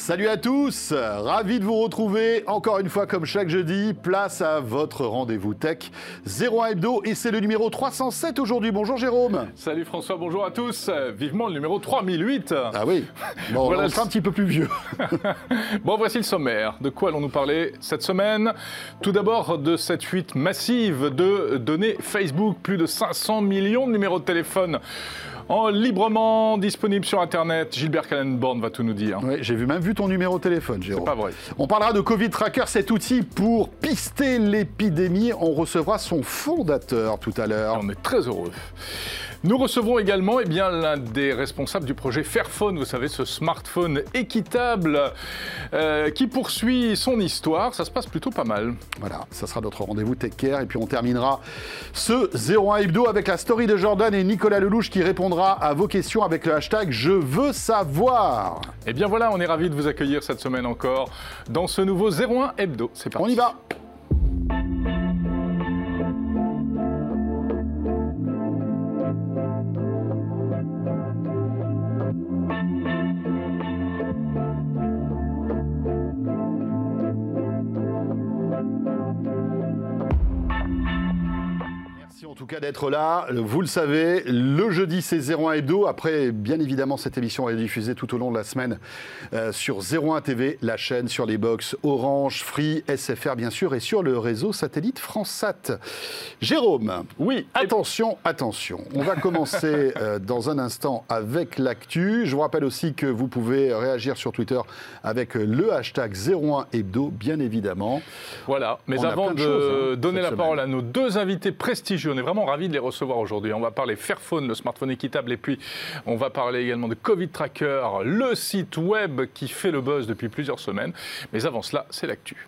Salut à tous, ravi de vous retrouver encore une fois comme chaque jeudi, place à votre rendez-vous tech 01 Hebdo et c'est le numéro 307 aujourd'hui. Bonjour Jérôme. Salut François, bonjour à tous, vivement le numéro 3008. Ah oui, bon, voilà, on sera un petit peu plus vieux. Bon, voici le sommaire. De quoi allons-nous parler cette semaine? Tout d'abord de cette fuite massive de données Facebook, plus de 500 millions de numéros de téléphone librement disponible sur Internet. Gilbert Kallenborn va tout nous dire. Oui, j'ai même vu ton numéro de téléphone, Jérôme. C'est pas vrai. On parlera de Covid Tracker, cet outil pour pister l'épidémie. On recevra son fondateur tout à l'heure. On est très heureux. Nous recevrons également l'un des responsables du projet Fairphone, vous savez, ce smartphone équitable qui poursuit son histoire. Ça se passe plutôt pas mal. Voilà, ça sera notre rendez-vous Tech Care. Et puis on terminera ce 01 Hebdo avec la story de Jordan et Nicolas Lelouch qui répondra à vos questions avec le hashtag Je veux savoir. Et bien voilà, on est ravis de vous accueillir cette semaine encore dans ce nouveau 01 Hebdo. C'est parti. On y va. En tout cas d'être là, vous le savez, le jeudi c'est 01 Hebdo, après bien évidemment cette émission est diffusée tout au long de la semaine sur 01 TV, la chaîne, sur les box Orange, Free, SFR bien sûr et sur le réseau satellite FranceSat. Jérôme, oui, attention, on va commencer dans un instant avec l'actu. Je vous rappelle aussi que vous pouvez réagir sur Twitter avec le hashtag 01 Hebdo bien évidemment. Voilà, mais avant de donner la parole à nos deux invités prestigieux, on est vraiment ravis de les recevoir aujourd'hui. On va parler Fairphone, le smartphone équitable, et puis on va parler également de Covid Tracker, le site web qui fait le buzz depuis plusieurs semaines. Mais avant cela, c'est l'actu.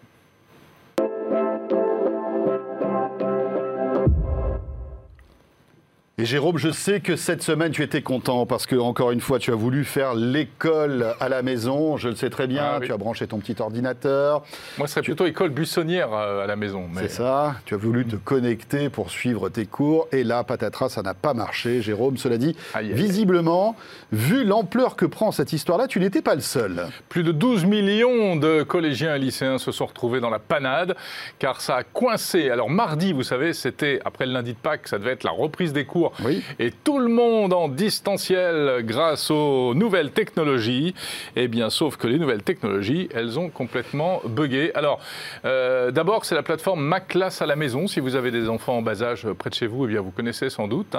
Et Jérôme, je sais que cette semaine, tu étais content parce que, encore une fois, tu as voulu faire l'école à la maison. Je le sais très bien, oui. Tu as branché ton petit ordinateur. Moi, ce serait plutôt école buissonnière à la maison. Mais... C'est ça, tu as voulu te connecter pour suivre tes cours. Et là, patatras, ça n'a pas marché, Jérôme. Cela dit, visiblement, vu l'ampleur que prend cette histoire-là, tu n'étais pas le seul. Plus de 12 millions de collégiens et lycéens se sont retrouvés dans la panade, car ça a coincé. Alors, mardi, vous savez, c'était, après le lundi de Pâques, ça devait être la reprise des cours. Oui. Et tout le monde en distanciel grâce aux nouvelles technologies. Eh bien, sauf que les nouvelles technologies, elles ont complètement bugué. Alors, d'abord, c'est la plateforme Ma Classe à la maison. Si vous avez des enfants en bas âge près de chez vous, eh bien, vous connaissez sans doute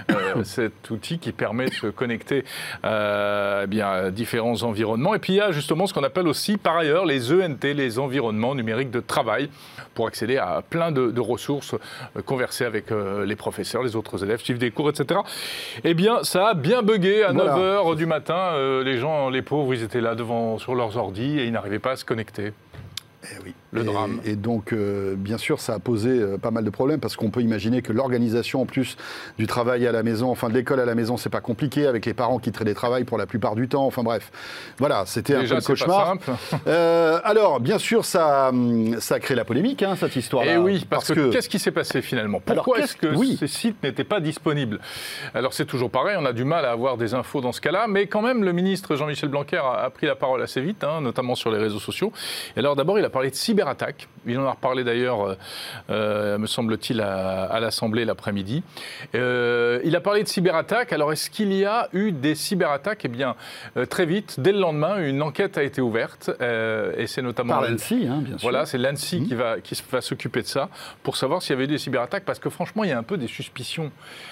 cet outil qui permet de se connecter à différents environnements. Et puis, il y a justement ce qu'on appelle aussi, par ailleurs, les ENT, les environnements numériques de travail, pour accéder à plein de ressources, converser avec les professeurs, les autres élèves, suivre des cours, etc. Eh bien, ça a bien bugué à 9h du matin. Les gens, les pauvres, ils étaient là sur leurs ordis et ils n'arrivaient pas à se connecter. Eh oui. Le drame. Et donc, bien sûr, ça a posé pas mal de problèmes parce qu'on peut imaginer que l'organisation, en plus du travail à la maison, enfin de l'école à la maison, c'est pas compliqué avec les parents qui télétravaillent pour la plupart du temps. Enfin bref, voilà, c'était un peu le cauchemar. Pas simple. Alors, bien sûr, ça a créé la polémique, cette histoire-là. Et oui, parce que qu'est-ce qui s'est passé finalement? Pourquoi est-ce que ces sites n'étaient pas disponibles? Alors, c'est toujours pareil, on a du mal à avoir des infos dans ce cas-là, mais quand même, le ministre Jean-Michel Blanquer a pris la parole assez vite, notamment sur les réseaux sociaux. Et alors, d'abord, il a parlé de cyberattaque. Il en a reparlé d'ailleurs, me semble-t-il, à l'Assemblée l'après-midi. Il a parlé de cyberattaque. Alors, est-ce qu'il y a eu des cyberattaques? Eh bien, très vite, dès le lendemain, une enquête a été ouverte. Et c'est notamment... Par l'ANSSI, bien sûr. Voilà, c'est l'ANSSI qui va s'occuper de ça pour savoir s'il y avait eu des cyberattaques. Parce que franchement, il y a un peu des suspicions.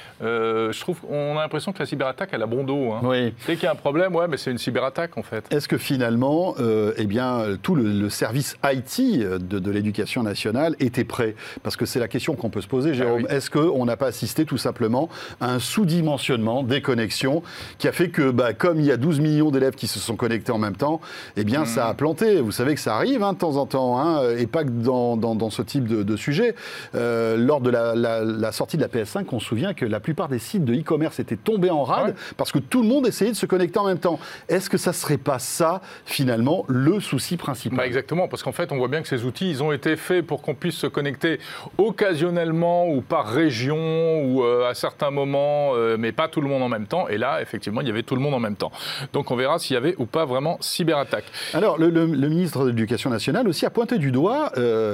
Je trouve qu'on a l'impression que la cyberattaque, elle a bon dos. Oui. Dès qu'il y a un problème, mais c'est une cyberattaque en fait. Est-ce que finalement, tout le service IT de l'éducation nationale était prêt? Parce que c'est la question qu'on peut se poser, Jérôme. Oui. Est-ce qu'on n'a pas assisté tout simplement à un sous-dimensionnement des connexions qui a fait que, comme il y a 12 millions d'élèves qui se sont connectés en même temps, ça a planté. Vous savez que ça arrive de temps en temps, et pas que dans ce type de sujet. Lors de la sortie de la PS5, on se souvient que la plupart des sites de e-commerce étaient tombés en rade parce que tout le monde essayait de se connecter en même temps. Est-ce que ça ne serait pas ça, finalement, le souci principal? Exactement, parce qu'en fait, on voit bien que que ces outils, ils ont été faits pour qu'on puisse se connecter occasionnellement ou par région ou à certains moments, mais pas tout le monde en même temps. Et là, effectivement, il y avait tout le monde en même temps. Donc on verra s'il y avait ou pas vraiment cyberattaque. Alors, le ministre de l'Éducation nationale aussi a pointé du doigt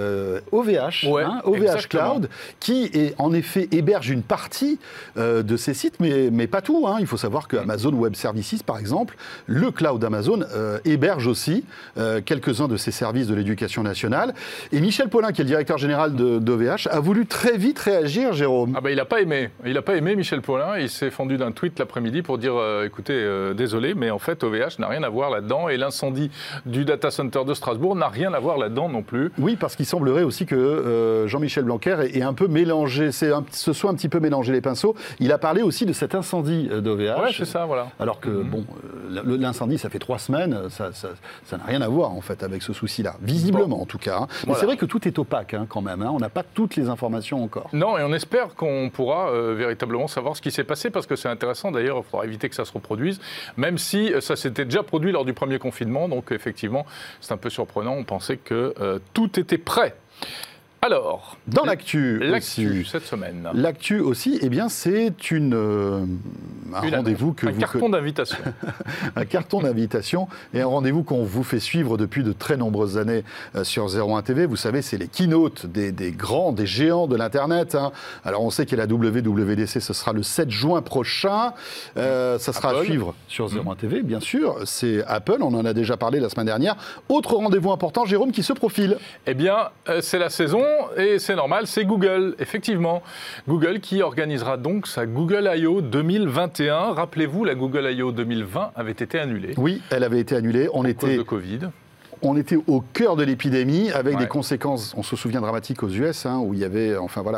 OVH, OVH Cloud, qui en effet héberge une partie de ces sites, mais pas tout. Il faut savoir que Amazon Web Services, par exemple, le cloud Amazon héberge aussi quelques-uns de ces services de l'éducation nationale. Et Michel Paulin, qui est le directeur général d'OVH, a voulu très vite réagir, Jérôme. Il n'a pas aimé. Il n'a pas aimé Michel Paulin. Il s'est fendu d'un tweet l'après-midi pour dire écoutez, désolé, mais en fait, OVH n'a rien à voir là-dedans. Et l'incendie du data center de Strasbourg n'a rien à voir là-dedans non plus. Oui, parce qu'il semblerait aussi que Jean-Michel Blanquer ait un peu mélangé, se soit un petit peu mélangé les pinceaux. Il a parlé aussi de cet incendie d'OVH. Ouais, c'est ça, voilà. Alors que, l'incendie, ça fait 3 semaines, ça n'a rien à voir, en fait, avec ce souci-là. Visiblement, en tout cas. Mais c'est vrai que tout est opaque, quand même. On n'a pas toutes les informations encore. Non, et on espère qu'on pourra véritablement savoir ce qui s'est passé, parce que c'est intéressant, d'ailleurs, il faudra éviter que ça se reproduise, même si ça s'était déjà produit lors du premier confinement, donc effectivement, c'est un peu surprenant, on pensait que tout était prêt. Alors, dans l'actu cette semaine. L'actu aussi, c'est un rendez-vous que un carton d'invitation. Un carton d'invitation et un rendez-vous qu'on vous fait suivre depuis de très nombreuses années sur 01 TV. Vous savez, c'est les keynotes des géants de l'Internet. Alors, on sait qu'il y a la WWDC, ce sera le 7 juin prochain. Ça sera à suivre sur 01 TV, bien sûr. C'est Apple, on en a déjà parlé la semaine dernière. Autre rendez-vous important, Jérôme, qui se profile. C'est la saison. Et c'est normal, c'est Google, effectivement. Google qui organisera donc sa Google I.O. 2021. Rappelez-vous, la Google I.O. 2020 avait été annulée. Oui, elle avait été annulée. À cause de Covid. On était au cœur de l'épidémie, avec des conséquences, on se souvient, dramatiques aux US, où il y avait,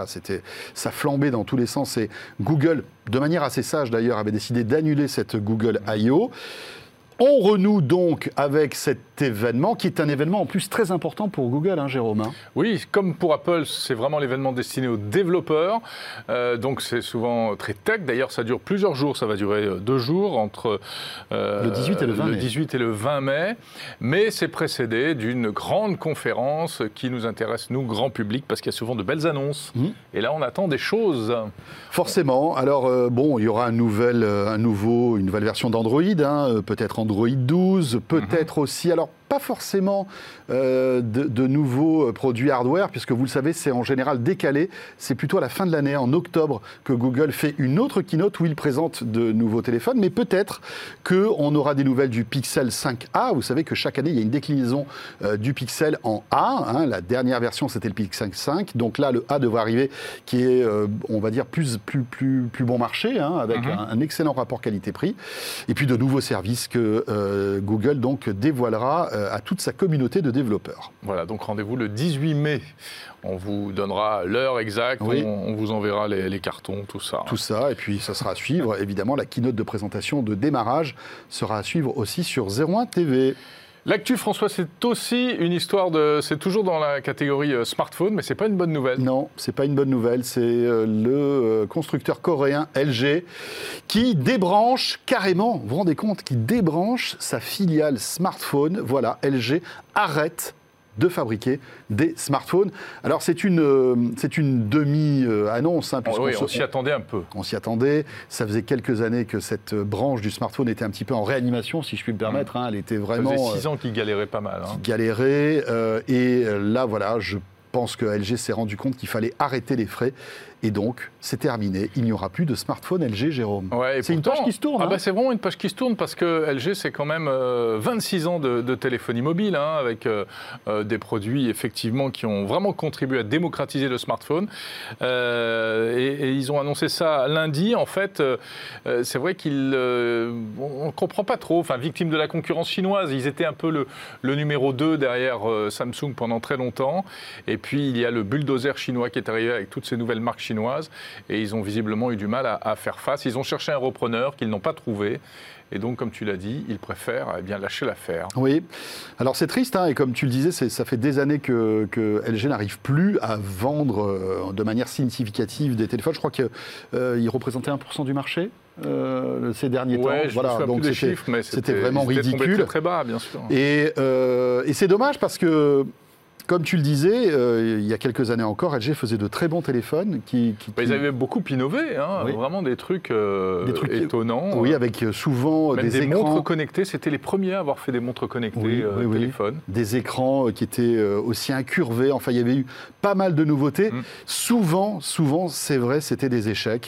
ça flambait dans tous les sens. Et Google, de manière assez sage d'ailleurs, avait décidé d'annuler cette Google I.O. On renoue donc avec cet événement, qui est un événement en plus très important pour Google, Jérôme. Oui, comme pour Apple, c'est vraiment l'événement destiné aux développeurs. Donc c'est souvent très tech. D'ailleurs, ça dure plusieurs jours. Ça va durer 2 jours, entre le 18 et le 20 mai. Le 18 et le 20 mai. Mais c'est précédé d'une grande conférence qui nous intéresse, nous, grand public, parce qu'il y a souvent de belles annonces. Et là, on attend des choses. Forcément. Alors, il y aura une nouvelle version d'Android, peut-être Android 12, peut-être aussi, alors pas forcément de nouveaux produits hardware, puisque vous le savez, c'est en général décalé. C'est plutôt à la fin de l'année, en octobre, que Google fait une autre keynote où il présente de nouveaux téléphones. Mais peut-être qu'on aura des nouvelles du Pixel 5a. Vous savez que chaque année, il y a une déclinaison du Pixel en A. La dernière version, c'était le Pixel 5. Donc là, le A devrait arriver, qui est, on va dire, plus bon marché, avec un excellent rapport qualité-prix. Et puis de nouveaux services que Google donc dévoilera à toute sa communauté de développeurs. Voilà, donc rendez-vous le 18 mai. On vous donnera l'heure exacte, on vous enverra les cartons, tout ça. Tout ça, et puis ça sera à suivre. Évidemment, la keynote de présentation de démarrage sera à suivre aussi sur 01 TV. L'actu, François, c'est aussi une histoire c'est toujours dans la catégorie smartphone, mais c'est pas une bonne nouvelle. Non, c'est pas une bonne nouvelle. C'est le constructeur coréen LG qui débranche carrément, vous vous rendez compte, qui débranche sa filiale smartphone. Voilà, LG arrête de fabriquer des smartphones. Alors c'est une demi-annonce. On s'y attendait un peu. On s'y attendait. Ça faisait quelques années que cette branche du smartphone était un petit peu en réanimation, si je puis me permettre. Elle était vraiment... Ça faisait 6 ans qu'il galérait pas mal. Qu'il galérait. Et là, voilà, je pense que LG s'est rendu compte qu'il fallait arrêter les frais. Et donc, c'est terminé. Il n'y aura plus de smartphone LG, Jérôme. Ouais, c'est une page qui se tourne. C'est vraiment une page qui se tourne parce que LG, c'est quand même 26 ans de téléphonie mobile, avec des produits, effectivement, qui ont vraiment contribué à démocratiser le smartphone. Et ils ont annoncé ça lundi. En fait, c'est vrai qu'on ne comprend pas trop. Enfin, victime de la concurrence chinoise, ils étaient un peu le numéro 2 derrière Samsung pendant très longtemps. Et puis, il y a le bulldozer chinois qui est arrivé avec toutes ces nouvelles marques chinoises. Et ils ont visiblement eu du mal à faire face. Ils ont cherché un repreneur qu'ils n'ont pas trouvé. Et donc, comme tu l'as dit, ils préfèrent lâcher l'affaire. Oui. Alors, c'est triste. Et comme tu le disais, ça fait des années que LG n'arrive plus à vendre de manière significative des téléphones. Je crois qu'il représentait 1% du marché ces derniers temps. Voilà, donc c'était vraiment ridicule. Très, très bas, bien sûr. Et c'est dommage parce que comme tu le disais, il y a quelques années encore, LG faisait de très bons téléphones. Ils avaient beaucoup innové, hein, vraiment des trucs étonnants. Oui, avec souvent même des des écrans. montres connectées. C'était les premiers à avoir fait des montres connectées téléphones. Des écrans qui étaient aussi incurvés. Enfin, il y avait eu pas mal de nouveautés. Souvent, c'est vrai, c'était des échecs.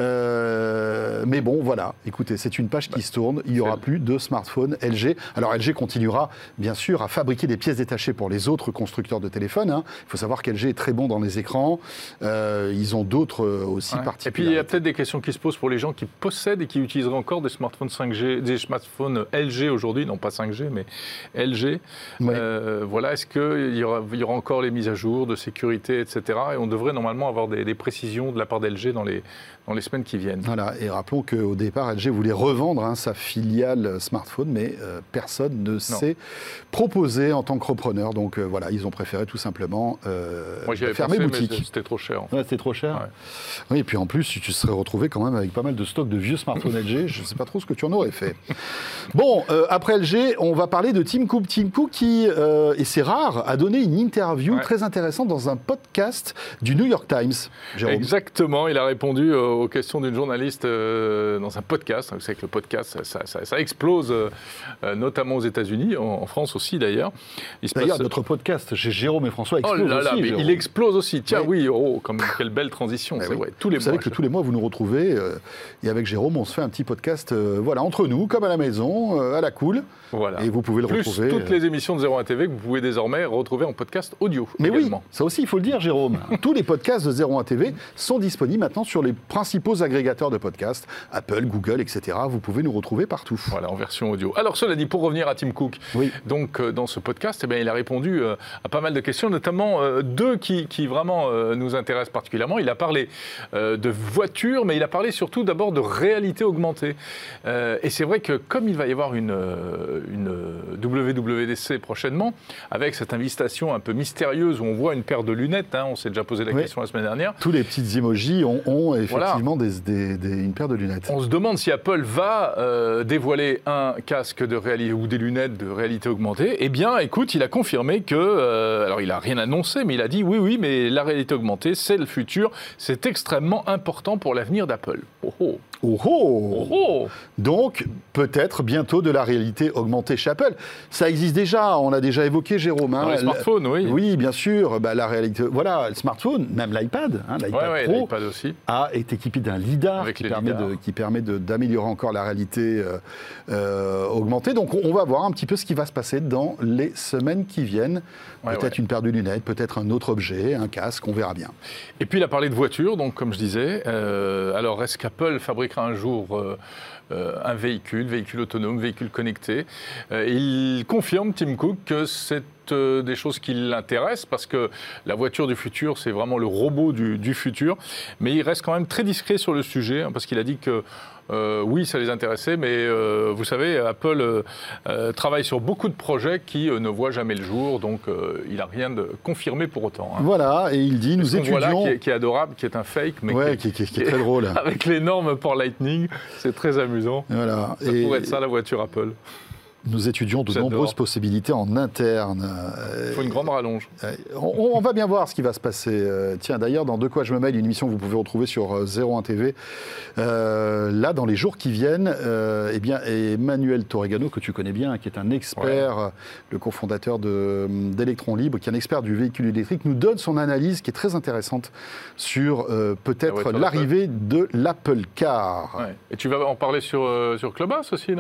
Mais bon, voilà. Écoutez, c'est une page qui se tourne. Il n'y aura plus de smartphone LG. Alors, LG continuera, bien sûr, à fabriquer des pièces détachées pour les autres constructeurs de téléphones. Hein. Il faut savoir qu'LG est très bon dans les écrans. Ils ont d'autres aussi particuliers. Et puis, il y a peut-être des questions qui se posent pour les gens qui possèdent et qui utiliseraient encore des smartphones 5G, des smartphones LG aujourd'hui, non pas 5G, mais LG. Voilà, est-ce qu'il y aura encore les mises à jour de sécurité, etc. Et on devrait normalement avoir des précisions de la part d'LG dans les semaines qui viennent. Voilà, et rappelons qu'au départ, LG voulait revendre sa filiale smartphone, mais personne ne s'est proposé en tant que repreneur. Donc voilà, ils ont préféré tout simplement fermer boutique. Mais c'était trop cher. En fait. Ouais, c'était trop cher. Ouais. Oui, et puis en plus, tu serais retrouvé quand même avec pas mal de stocks de vieux smartphones LG. Je ne sais pas trop ce que tu en aurais fait. Bon, après LG, on va parler de Tim Cook. Tim Cook qui, et c'est rare, a donné une interview très intéressante dans un podcast du New York Times. Jérôme. Exactement, il a répondu aux questions d'une journaliste dans un podcast. Vous savez que le podcast, ça explose, notamment aux États-Unis, en France aussi d'ailleurs. D'ailleurs, notre podcast chez Jérôme et François explose aussi. Mais il explose aussi. Tiens, quelle belle transition. C'est vrai, tous les mois. Vous savez que tous les mois, vous nous retrouvez. Et avec Jérôme, on se fait un petit podcast entre nous, comme à la maison, à la cool. Voilà. Et vous pouvez le retrouver. Toutes les émissions de 01 TV que vous pouvez désormais retrouver en podcast audio. Mais également. Oui, ça aussi, il faut le dire, Jérôme. Tous les podcasts de 01 TV sont disponibles maintenant sur les principaux agrégateurs de podcasts, Apple, Google, etc. Vous pouvez nous retrouver partout. Voilà, en version audio. Alors, cela dit, pour revenir à Tim Cook, donc dans ce podcast, il a répondu à pas mal de questions, notamment deux qui vraiment nous intéressent particulièrement. Il a parlé de voitures, mais il a parlé surtout d'abord de réalité augmentée. Et c'est vrai que comme il va y avoir une WWDC prochainement, avec cette invitation un peu mystérieuse où on voit une paire de lunettes, on s'est déjà posé la question la semaine dernière. Tous les petites emojis ont effectivement une paire de lunettes. On se demande si Apple va dévoiler un casque de réalité ou des lunettes de réalité augmentée. Eh bien, écoute, il a confirmé que, alors il n'a rien annoncé, mais il a dit oui, mais la réalité augmentée, c'est le futur, c'est extrêmement important pour l'avenir d'Apple. Donc, peut-être bientôt de la réalité augmentée chez Apple. Ça existe déjà, on l'a déjà évoqué, Jérôme. Dans les smartphones, oui. Oui, bien sûr. La réalité, voilà, le smartphone, même l'iPad, l'iPad Pro, l'iPad aussi, est équipé d'un lidar qui permet d'améliorer encore la réalité augmentée. Donc, on va voir un petit peu ce qui va se passer dans les semaines qui viennent. Peut-être une paire de lunettes, peut-être un autre objet, un casque, on verra bien. Et puis, il a parlé de voitures, donc comme je disais. Alors, est-ce qu'Apple fabriquera un jour un véhicule autonome, véhicule connecté? Il confirme, Tim Cook, que c'est des choses qui l'intéressent parce que la voiture du futur, c'est vraiment le robot du futur. Mais il reste quand même très discret sur le sujet parce qu'il a dit que oui, ça les intéressait, mais vous savez, Apple travaille sur beaucoup de projets qui ne voient jamais le jour, donc il n'a rien de confirmé pour autant. Voilà, et il dit, nous étudions... Voilà, qui est adorable, qui est un fake, mais qui est très drôle. Avec l'énorme port Lightning, c'est très amusant. Voilà. Ça pourrait être ça, la voiture Apple. Nous étudions de nombreuses possibilités en interne. Il faut une grande rallonge. On va bien voir ce qui va se passer. Tiens, d'ailleurs, dans De quoi je me mêle, une émission que vous pouvez retrouver sur 01 TV. Là, dans les jours qui viennent, Emmanuel Torregano, que tu connais bien, qui est un expert, le cofondateur d'Electron Libre, qui est un expert du véhicule électrique, nous donne son analyse qui est très intéressante sur peut-être l'arrivée de l'Apple Car. Ouais. Et tu vas en parler sur Clubhouse aussi, non ?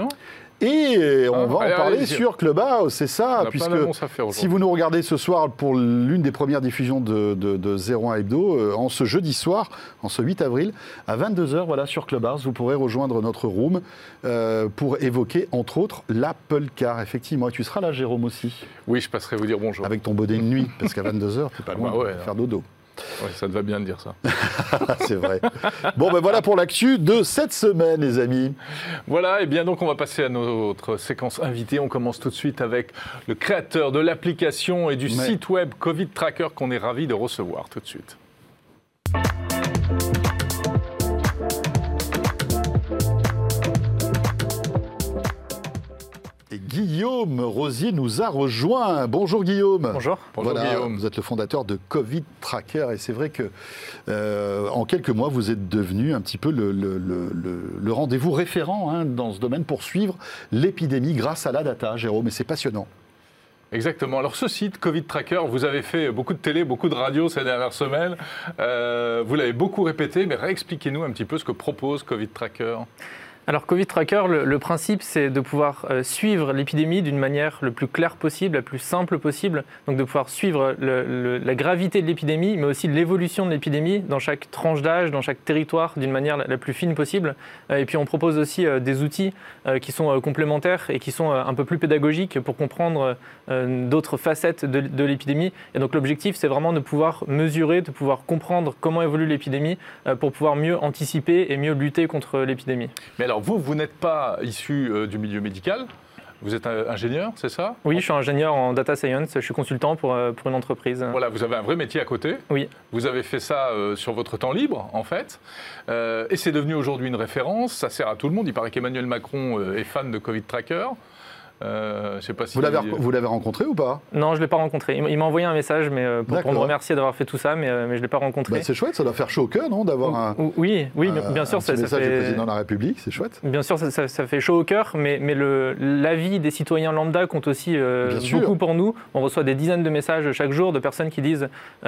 Et on va en parler sur Clubhouse, c'est ça, puisque si vous nous regardez ce soir pour l'une des premières diffusions de 01 Hebdo, en ce jeudi soir, en ce 8 avril, à 22h, voilà, sur Clubhouse, vous pourrez rejoindre notre room pour évoquer, entre autres, l'Apple Car. Effectivement, et tu seras là, Jérôme, aussi. Oui, je passerai vous dire bonjour. Avec ton bonnet de nuit, parce qu'à 22h, tu n'es pas loin de faire dodo. Oui, ça te va bien de dire ça. C'est vrai. Bon, voilà pour l'actu de cette semaine, les amis. Voilà, et bien donc on va passer à notre séquence invitée. On commence tout de suite avec le créateur de l'application et du site web Covid Tracker qu'on est ravi de recevoir tout de suite. Guillaume Rosier nous a rejoint. Bonjour Guillaume. Bonjour. Bonjour Guillaume. Vous êtes le fondateur de Covid Tracker et c'est vrai que en quelques mois vous êtes devenu un petit peu le rendez-vous référent dans ce domaine pour suivre l'épidémie grâce à la data, Jérôme, et c'est passionnant. Exactement. Alors ce site, Covid Tracker, vous avez fait beaucoup de télé, beaucoup de radio ces dernières semaines. Vous l'avez beaucoup répété, mais réexpliquez-nous un petit peu ce que propose Covid Tracker. Alors Covid Tracker, le principe c'est de pouvoir suivre l'épidémie d'une manière le plus claire possible, la plus simple possible. Donc de pouvoir suivre la gravité de l'épidémie, mais aussi l'évolution de l'épidémie dans chaque tranche d'âge, dans chaque territoire, d'une manière la plus fine possible. Et puis on propose aussi des outils qui sont complémentaires et qui sont un peu plus pédagogiques pour comprendre d'autres facettes de l'épidémie. Et donc l'objectif c'est vraiment de pouvoir mesurer, de pouvoir comprendre comment évolue l'épidémie pour pouvoir mieux anticiper et mieux lutter contre l'épidémie. Mais alors vous n'êtes pas issu du milieu médical, vous êtes ingénieur, c'est ça? Oui, je suis ingénieur en data science, je suis consultant pour une entreprise. Voilà, vous avez un vrai métier à côté. Oui. Vous avez fait ça sur votre temps libre, en fait, et c'est devenu aujourd'hui une référence, ça sert à tout le monde. Il paraît qu'Emmanuel Macron est fan de Covid Tracker. Je sais pas si vous l'avez rencontré ou pas? Non, je ne l'ai pas rencontré. Il m'a envoyé un message pour me remercier d'avoir fait tout ça, mais je ne l'ai pas rencontré. C'est chouette, ça doit faire chaud au cœur, non, d'avoir un bien sûr. Un message du président de la République, c'est chouette. Bien sûr, ça fait chaud au cœur, mais l'avis des citoyens lambda compte aussi beaucoup pour nous. On reçoit des dizaines de messages chaque jour de personnes qui disent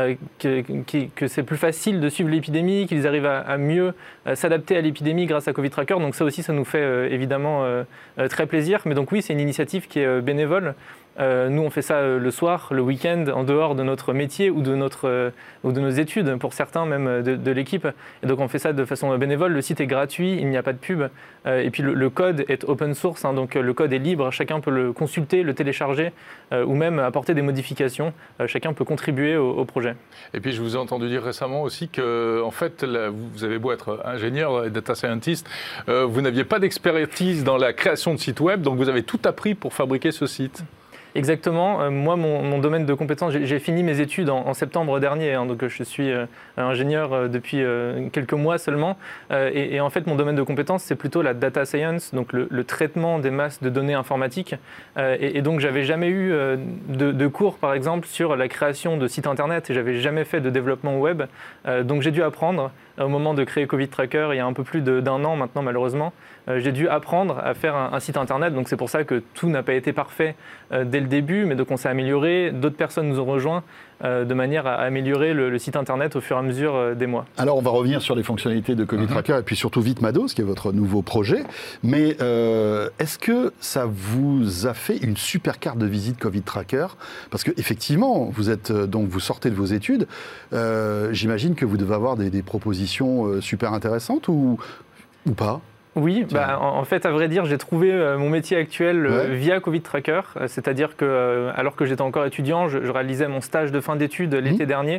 que c'est plus facile de suivre l'épidémie, qu'ils arrivent à mieux s'adapter à l'épidémie grâce à Covid Tracker. Donc ça aussi, ça nous fait évidemment très plaisir. Mais donc oui, c'est une initiative qui est bénévole. Nous, on fait ça le soir, le week-end, en dehors de notre métier ou de nos études, pour certains même de l'équipe. Et donc, on fait ça de façon bénévole. Le site est gratuit, il n'y a pas de pub. Et puis, le code est open source, donc le code est libre. Chacun peut le consulter, le télécharger ou même apporter des modifications. Chacun peut contribuer au projet. Et puis, je vous ai entendu dire récemment aussi que, en fait, vous avez beau être ingénieur et data scientist, vous n'aviez pas d'expertise dans la création de sites web, donc vous avez tout appris pour fabriquer ce site. Exactement. Moi, mon domaine de compétence, j'ai fini mes études en septembre dernier, donc je suis ingénieur depuis quelques mois seulement. Et en fait, mon domaine de compétence, c'est plutôt la data science, donc le traitement des masses de données informatiques. Et donc, j'avais jamais eu de cours, par exemple, sur la création de sites internet et j'avais jamais fait de développement web. Donc, j'ai dû apprendre au moment de créer Covid Tracker, il y a un peu plus d'1 an maintenant, malheureusement. J'ai dû apprendre à faire un site internet, donc c'est pour ça que tout n'a pas été parfait dès le début, mais donc on s'est amélioré. D'autres personnes nous ont rejoints de manière à améliorer le site internet au fur et à mesure des mois. Alors on va revenir sur les fonctionnalités de Covid Tracker et puis surtout Vitmados, qui est votre nouveau projet. Mais est-ce que ça vous a fait une super carte de visite Covid Tracker? Parce qu'effectivement, vous sortez de vos études. J'imagine que vous devez avoir des propositions super intéressantes ou pas? Oui, en fait, à vrai dire, j'ai trouvé mon métier actuel via Covid Tracker. C'est-à-dire que, alors que j'étais encore étudiant, je réalisais mon stage de fin d'études l'été dernier.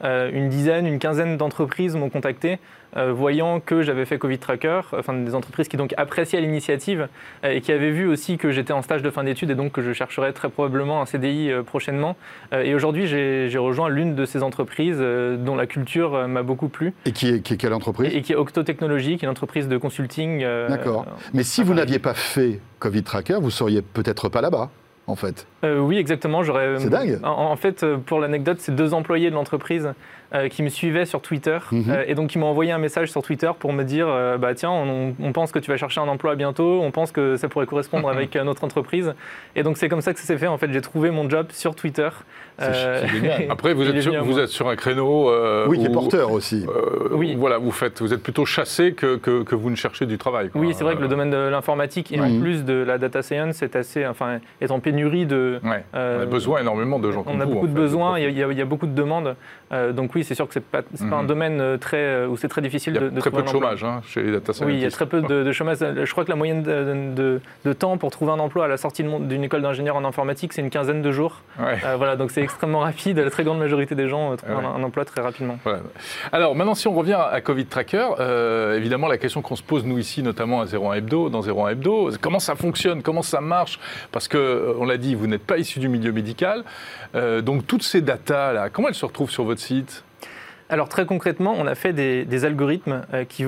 Une quinzaine d'entreprises m'ont contacté, voyant que j'avais fait Covid Tracker, enfin des entreprises qui donc appréciaient l'initiative et qui avaient vu aussi que j'étais en stage de fin d'études et donc que je chercherais très probablement un CDI prochainement. Et aujourd'hui, j'ai rejoint l'une de ces entreprises dont la culture m'a beaucoup plu. Et qui est quelle entreprise? Et qui est Octo Technologies, qui est une entreprise de consulting. D'accord. Mais si vous n'aviez pas fait Covid Tracker, vous ne seriez peut-être pas là-bas, en fait. Oui, exactement. C'est dingue. En fait, pour l'anecdote, c'est 2 employés de l'entreprise qui me suivaient sur Twitter et donc qui m'ont envoyé un message sur Twitter pour me dire tiens, on pense que tu vas chercher un emploi bientôt, on pense que ça pourrait correspondre avec notre entreprise. Et donc c'est comme ça que ça s'est fait. En fait, j'ai trouvé mon job sur Twitter. C'est génial. Après, vous êtes sur un créneau qui est porteur aussi. Oui. Voilà, vous êtes plutôt chassé que vous ne cherchez du travail, quoi. Oui, c'est vrai que le domaine de l'informatique et en plus de la data science est en pénurie de. Ouais. On a besoin énormément de gens comme vous. On a beaucoup de besoins, il y a beaucoup de demandes. Donc oui, c'est sûr que c'est pas un domaine où c'est très difficile de trouver un emploi. Il y a très peu de chômage chez les data scientists. Oui, il y a très peu de chômage. Je crois que la moyenne de temps pour trouver un emploi à la sortie d'une école d'ingénieur en informatique, c'est une quinzaine de jours. Ouais. Voilà, donc c'est extrêmement rapide. La très grande majorité des gens trouvent un emploi très rapidement. Voilà. Alors maintenant, si on revient à Covid Tracker, évidemment, la question qu'on se pose, nous ici, notamment à 01 Hebdo, dans 01 Hebdo, comment ça fonctionne, comment ça marche? Parce qu'on l'a dit, vous n'êtes pas issu du milieu médical. Donc toutes ces datas-là, comment elles se retrouvent sur votre site? Alors très concrètement, on a fait des algorithmes qui vont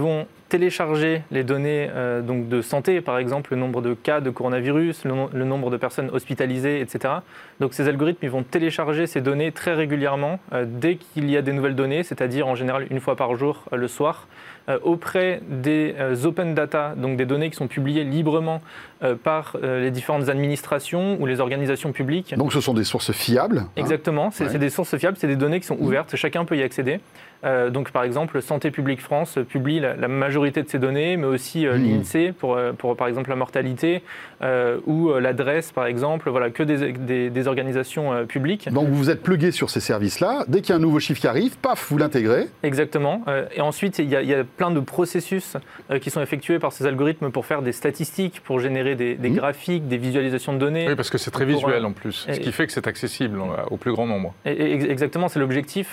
télécharger les données donc de santé, par exemple le nombre de cas de coronavirus, le nombre de personnes hospitalisées, etc. Donc ces algorithmes ils vont télécharger ces données très régulièrement dès qu'il y a des nouvelles données, c'est-à-dire en général une fois par jour le soir, auprès des open data, donc des données qui sont publiées librement par les différentes administrations ou les organisations publiques. Donc ce sont des sources fiables. Exactement, c'est des sources fiables, c'est des données qui sont ouvertes, chacun peut y accéder. Donc par exemple, Santé publique France publie la majorité de ces données, mais aussi l'INSEE pour par exemple la mortalité ou l'adresse par exemple, voilà, que des organisations publiques. Donc vous êtes plugué sur ces services-là, dès qu'il y a un nouveau chiffre qui arrive, paf, vous l'intégrez. Exactement, et ensuite il y a plein de processus qui sont effectués par ces algorithmes pour faire des statistiques, pour générer des graphiques, des visualisations de données. Oui, parce que c'est très visuel en plus, ce qui fait que c'est accessible au plus grand nombre. Exactement, c'est l'objectif.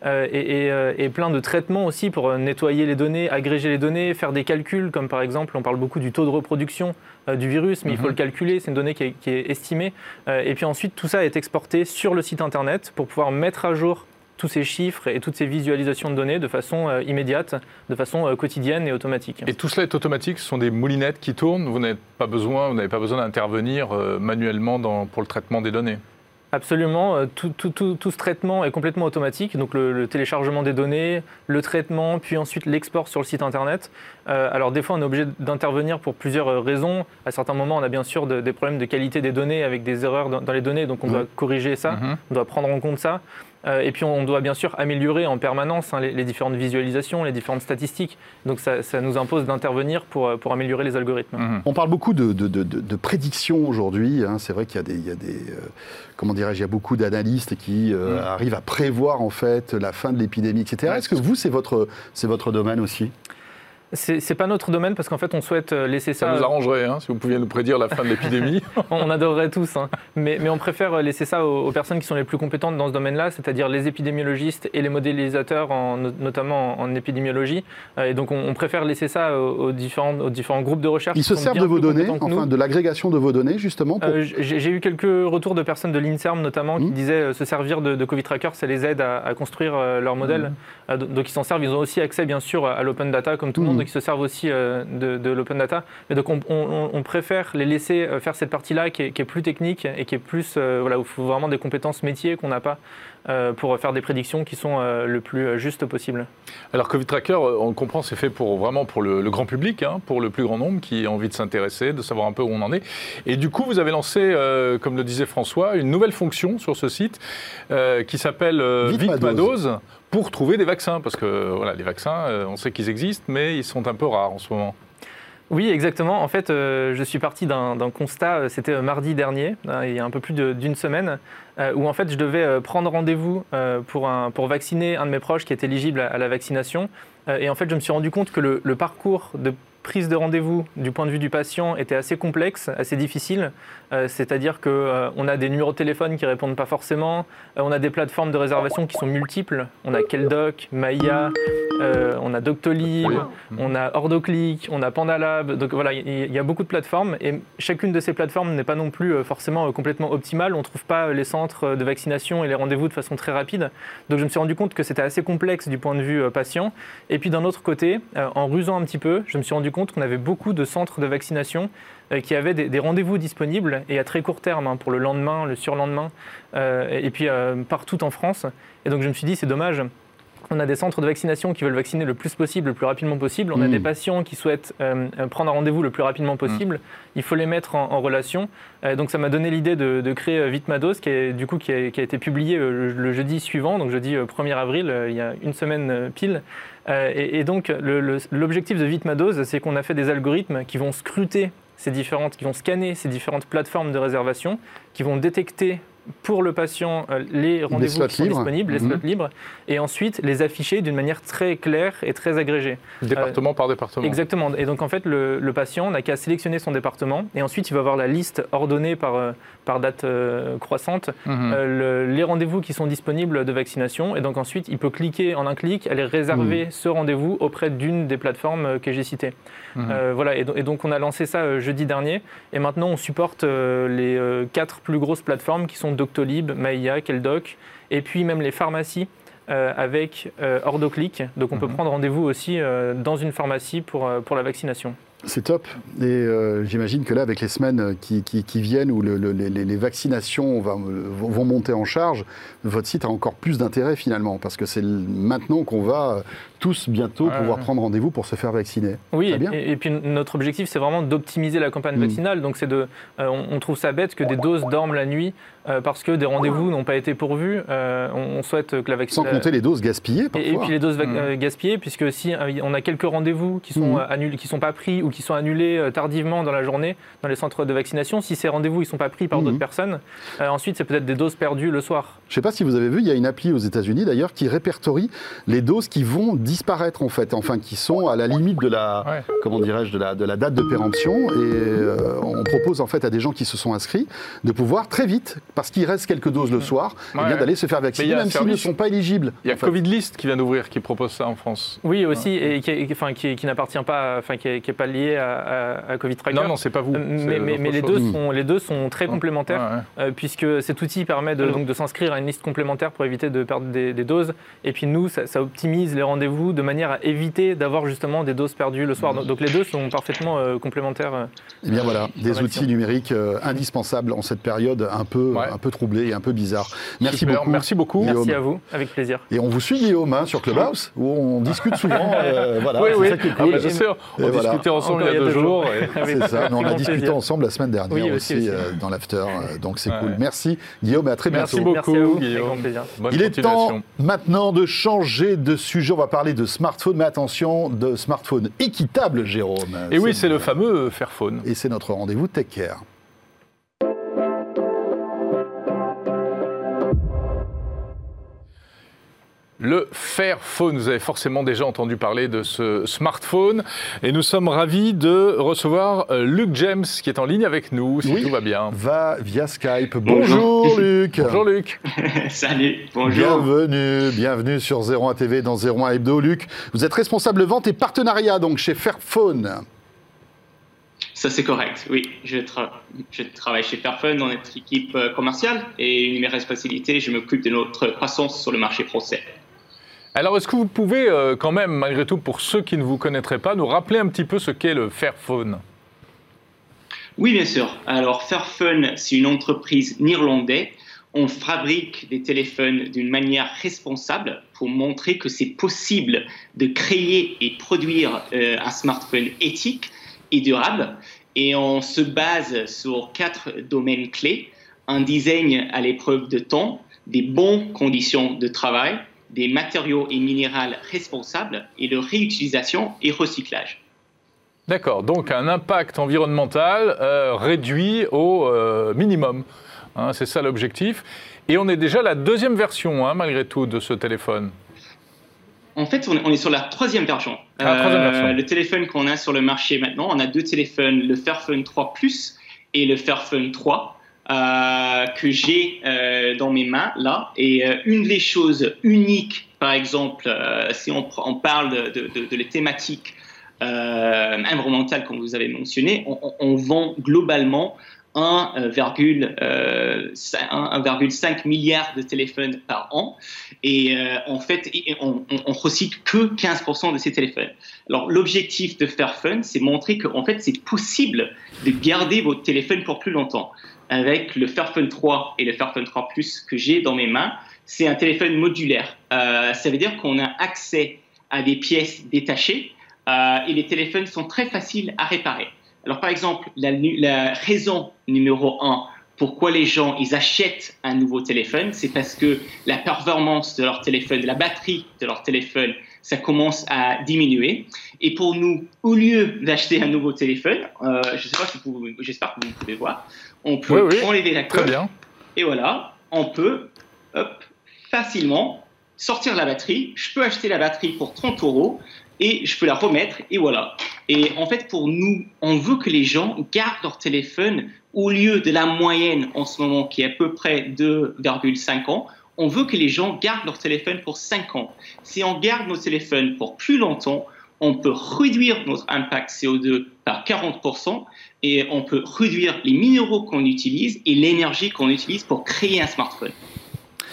Et plein de traitements aussi pour nettoyer les données, agréger les données, faire des calculs, comme par exemple, on parle beaucoup du taux de reproduction du virus, mais il faut le calculer, c'est une donnée qui est estimée. Et puis ensuite, tout ça est exporté sur le site internet pour pouvoir mettre à jour tous ces chiffres et toutes ces visualisations de données de façon immédiate, de façon quotidienne et automatique. Et tout cela est automatique, ce sont des moulinettes qui tournent, vous n'avez pas besoin d'intervenir manuellement pour le traitement des données. Absolument, tout ce traitement est complètement automatique, donc le téléchargement des données, le traitement, puis ensuite l'export sur le site internet. Alors des fois on est obligé d'intervenir pour plusieurs raisons. À certains moments on a bien sûr des problèmes de qualité des données avec des erreurs dans les données, donc on doit corriger ça, on doit prendre en compte ça. Et puis on doit bien sûr améliorer en permanence les différentes visualisations, les différentes statistiques. Donc ça nous impose d'intervenir pour améliorer les algorithmes. On parle beaucoup de prédictions aujourd'hui. Hein. C'est vrai qu'il y a des comment dirais-je, il y a beaucoup d'analystes qui arrivent à prévoir en fait la fin de l'épidémie, etc. Est-ce que vous, c'est votre domaine aussi ? C'est pas notre domaine parce qu'en fait on souhaite laisser ça... Ça nous arrangerait si vous pouviez nous prédire la fin de l'épidémie. On adorerait tous, mais on préfère laisser ça aux personnes qui sont les plus compétentes dans ce domaine-là, c'est-à-dire les épidémiologistes et les modélisateurs, notamment en épidémiologie. Et donc on préfère laisser ça aux différents groupes de recherche. Ils se servent de vos données, enfin de l'agrégation de vos données justement J'ai eu quelques retours de personnes de l'INSERM notamment qui disaient se servir de Covid Tracker, ça les aide à construire leur modèle. Donc ils s'en servent, ils ont aussi accès bien sûr à l'open data comme tout le monde. Qui se servent aussi de l'open data. Mais donc on préfère les laisser faire cette partie-là qui est plus technique et qui est plus, où il faut vraiment des compétences métiers qu'on n'a pas pour faire des prédictions qui sont le plus justes possible. Alors Covid Tracker, on comprend, c'est fait vraiment pour le grand public, pour le plus grand nombre qui a envie de s'intéresser, de savoir un peu où on en est. Et du coup, vous avez lancé, comme le disait François, une nouvelle fonction sur ce site qui s'appelle Vite ma dose. Pour trouver des vaccins, parce que voilà, les vaccins, on sait qu'ils existent, mais ils sont un peu rares en ce moment. Oui, exactement. En fait, je suis parti d'un constat, c'était mardi dernier, il y a un peu plus d'une semaine, où en fait je devais prendre rendez-vous pour vacciner un de mes proches qui est éligible à la vaccination. Et en fait, je me suis rendu compte que le parcours de prise de rendez-vous du point de vue du patient était assez complexe, assez difficile. C'est-à-dire qu'on a des numéros de téléphone qui ne répondent pas forcément, on a des plateformes de réservation qui sont multiples, on a Keldoc, Maïa, on a Doctolib, on a Ordoclick, on a Pandalab, donc voilà, il y a beaucoup de plateformes et chacune de ces plateformes n'est pas non plus forcément complètement optimale, on ne trouve pas les centres de vaccination et les rendez-vous de façon très rapide, donc je me suis rendu compte que c'était assez complexe du point de vue patient, et puis d'un autre côté, en rusant un petit peu, je me suis rendu compte qu'on avait beaucoup de centres de vaccination qui avaient des rendez-vous disponibles et à très court terme pour le lendemain, le surlendemain, et puis partout en France. Et donc je me suis dit, c'est dommage. On a des centres de vaccination qui veulent vacciner le plus possible, le plus rapidement possible. On a des patients qui souhaitent prendre un rendez-vous le plus rapidement possible. Il faut les mettre en relation. Donc ça m'a donné l'idée de créer Vite ma dose, qui a été publié le jeudi suivant, donc jeudi 1er avril, il y a une semaine pile. Et donc l'objectif de Vite ma dose, c'est qu'on a fait des algorithmes qui vont scruter qui vont scanner ces différentes plateformes de réservation, qui vont détecter pour le patient les rendez-vous qui sont disponibles, les slots libres, et ensuite les afficher d'une manière très claire et très agrégée. Département par département. Exactement. Et donc en fait, le patient n'a qu'à sélectionner son département, et ensuite il va avoir la liste ordonnée par date croissante, les rendez-vous qui sont disponibles de vaccination, et donc ensuite il peut cliquer en un clic, aller réserver ce rendez-vous auprès d'une des plateformes que j'ai citées. Voilà. Et donc on a lancé ça jeudi dernier, et maintenant on supporte les 4 plus grosses plateformes qui sont Doctolib, Maïa, Keldoc, et puis même les pharmacies avec OrdoClick. Donc on peut prendre rendez-vous aussi dans une pharmacie pour la vaccination. C'est top. Et j'imagine que là, avec les semaines qui viennent où les vaccinations vont monter en charge, votre site a encore plus d'intérêt finalement, parce que c'est maintenant qu'on va tous bientôt pouvoir prendre rendez-vous pour se faire vacciner. Oui, et puis notre objectif, c'est vraiment d'optimiser la campagne vaccinale. Donc on trouve ça bête que des doses dorment la nuit parce que des rendez-vous n'ont pas été pourvus. On souhaite que la vaccination... Sans compter les doses gaspillées parfois. Et puis les doses gaspillées, puisque si on a quelques rendez-vous qui sont annulés, qui sont pas pris ou qui sont annulés tardivement dans la journée dans les centres de vaccination, si ces rendez-vous ne sont pas pris par d'autres personnes, ensuite c'est peut-être des doses perdues le soir. Je ne sais pas si vous avez vu, il y a une appli aux États-Unis d'ailleurs qui répertorie les doses qui vont disparaître en fait, enfin qui sont à la limite de la, comment dirais-je, de la date de péremption, et on propose en fait à des gens qui se sont inscrits de pouvoir très vite, parce qu'il reste quelques doses le soir, d'aller se faire vacciner même s'ils ne sont pas éligibles. Il y a Covid List qui vient d'ouvrir, qui propose ça en France. Oui aussi, et qui n'appartient pas, qui n'est pas lié à Covid Tracker. Non, c'est pas vous. Mais les deux sont très complémentaires, puisque cet outil permet donc de s'inscrire à une liste complémentaire pour éviter de perdre des doses. Et puis nous, ça optimise les rendez-vous de manière à éviter d'avoir justement des doses perdues le soir. Donc les deux sont parfaitement complémentaires. Et bien voilà, des outils numériques indispensables en cette période un peu troublée et un peu bizarre. Merci beaucoup. Merci beaucoup. Merci à vous, avec plaisir. Et on vous suit, Guillaume, sur Clubhouse, où on discute souvent. Voilà, c'est ça qui est cool. Je sais, on discutait ensemble il y a 2 jours. C'est ça, mais on a discuté ensemble la semaine dernière aussi dans l'after, donc c'est cool. Merci Guillaume et à très bientôt. Merci beaucoup Guillaume. Il est temps maintenant de changer de sujet, on va parler de smartphone, mais attention, de smartphone équitable, Jérôme. Et oui, c'est le fameux Fairphone. Et c'est notre rendez-vous Tech Care. Le Fairphone, vous avez forcément déjà entendu parler de ce smartphone et nous sommes ravis de recevoir Luc James qui est en ligne avec nous, si tout va bien. Via Skype. Bonjour Luc. Bonjour Luc. Salut, bonjour. Bienvenue sur 01 TV dans 01 Hebdo. Luc, vous êtes responsable vente et partenariat donc chez Fairphone. Ça c'est correct, oui. Je travaille chez Fairphone dans notre équipe commerciale et une de mes responsabilités, je m'occupe de notre croissance sur le marché français. Alors, est-ce que vous pouvez quand même, malgré tout, pour ceux qui ne vous connaîtraient pas, nous rappeler un petit peu ce qu'est le Fairphone ? Oui, bien sûr. Alors, Fairphone, c'est une entreprise néerlandaise. On fabrique des téléphones d'une manière responsable pour montrer que c'est possible de créer et produire un smartphone éthique et durable. Et on se base sur 4 domaines clés. Un design à l'épreuve de temps, des bonnes conditions de travail, des matériaux et minéraux responsables et de réutilisation et recyclage. D'accord, donc un impact environnemental réduit au minimum. Hein, c'est ça l'objectif. Et on est déjà à la 2e version, malgré tout, de ce téléphone. En fait, on est sur la 3e version. Le téléphone qu'on a sur le marché maintenant, on a 2 téléphones, le Fairphone 3 Plus et le Fairphone 3. Que j'ai dans mes mains là, et une des choses uniques, par exemple, si on parle de la thématique environnementale comme vous avez mentionné, on vend globalement 1,5 milliard de téléphones par an, et en fait on recycle que 15% de ces téléphones. Alors l'objectif de Fairphone, c'est montrer qu'en fait c'est possible de garder votre téléphone pour plus longtemps. Avec le Fairphone 3 et le Fairphone 3 Plus que j'ai dans mes mains, c'est un téléphone modulaire. Ça veut dire qu'on a accès à des pièces détachées et les téléphones sont très faciles à réparer. Alors par exemple, la raison numéro 1 pourquoi les gens ils achètent un nouveau téléphone, c'est parce que la performance de leur téléphone, de la batterie de leur téléphone, ça commence à diminuer. Et pour nous, au lieu d'acheter un nouveau téléphone, je sais pas si j'espère que vous pouvez voir, on peut enlever la coque. Et voilà, on peut facilement sortir la batterie. Je peux acheter la batterie pour 30 € et je peux la remettre et voilà. Et en fait, pour nous, on veut que les gens gardent leur téléphone au lieu de la moyenne en ce moment qui est à peu près 2,5 ans. On veut que les gens gardent leur téléphone pour 5 ans. Si on garde nos téléphones pour plus longtemps, on peut réduire notre impact CO2 par 40% et on peut réduire les minéraux qu'on utilise et l'énergie qu'on utilise pour créer un smartphone.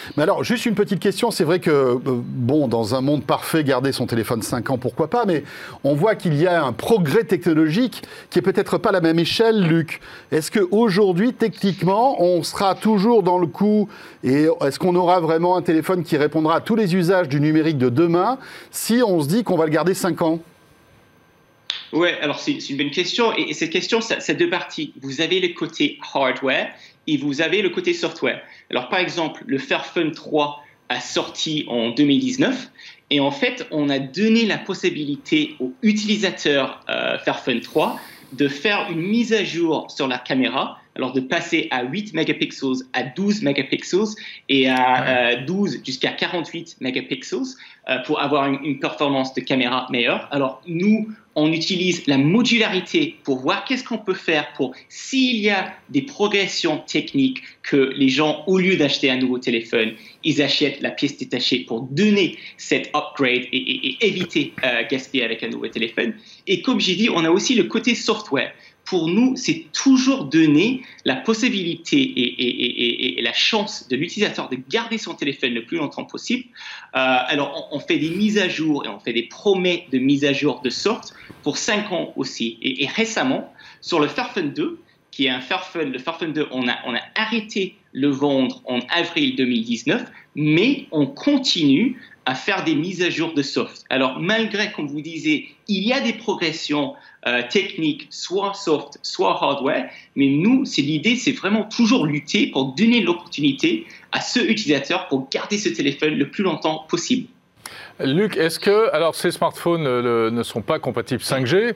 Mais alors, juste une petite question. C'est vrai que, bon, dans un monde parfait, garder son téléphone 5 ans, pourquoi pas, mais on voit qu'il y a un progrès technologique qui est peut-être pas à la même échelle, Luc. Est-ce qu'aujourd'hui, techniquement, on sera toujours dans le coup et est-ce qu'on aura vraiment un téléphone qui répondra à tous les usages du numérique de demain si on se dit qu'on va le garder 5 ans ? Ouais, alors c'est une bonne question. Et cette question, c'est deux parties. Vous avez le côté hardware et vous avez le côté software. Alors par exemple, le Fairphone 3 a sorti en 2019 et en fait, on a donné la possibilité aux utilisateurs Fairphone 3 de faire une mise à jour sur la caméra, alors de passer à 8 mégapixels à 12 mégapixels et à 12 jusqu'à 48 mégapixels pour avoir une performance de caméra meilleure. Alors nous, on utilise la modularité pour voir qu'est-ce qu'on peut faire pour, s'il y a des progressions techniques que les gens, au lieu d'acheter un nouveau téléphone, ils achètent la pièce détachée pour donner cette upgrade et éviter gaspiller avec un nouveau téléphone. Et comme j'ai dit, on a aussi le côté software. Pour nous, c'est toujours donner la possibilité et la chance de l'utilisateur de garder son téléphone le plus longtemps possible. Alors, on fait des mises à jour et on fait des promesses de mise à jour de sorte pour 5 ans aussi. Et récemment, sur le Fairphone 2, qui est un Fairphone, le Fairphone 2, on a arrêté le vendre en avril 2019, mais on continue à faire des mises à jour de soft. Alors, malgré, comme vous disiez, il y a des progressions techniques, soit soft, soit hardware, mais nous, l'idée, c'est vraiment toujours lutter pour donner l'opportunité à ce utilisateur pour garder ce téléphone le plus longtemps possible. Luc, est-ce que, alors ces smartphones ne sont pas compatibles 5G,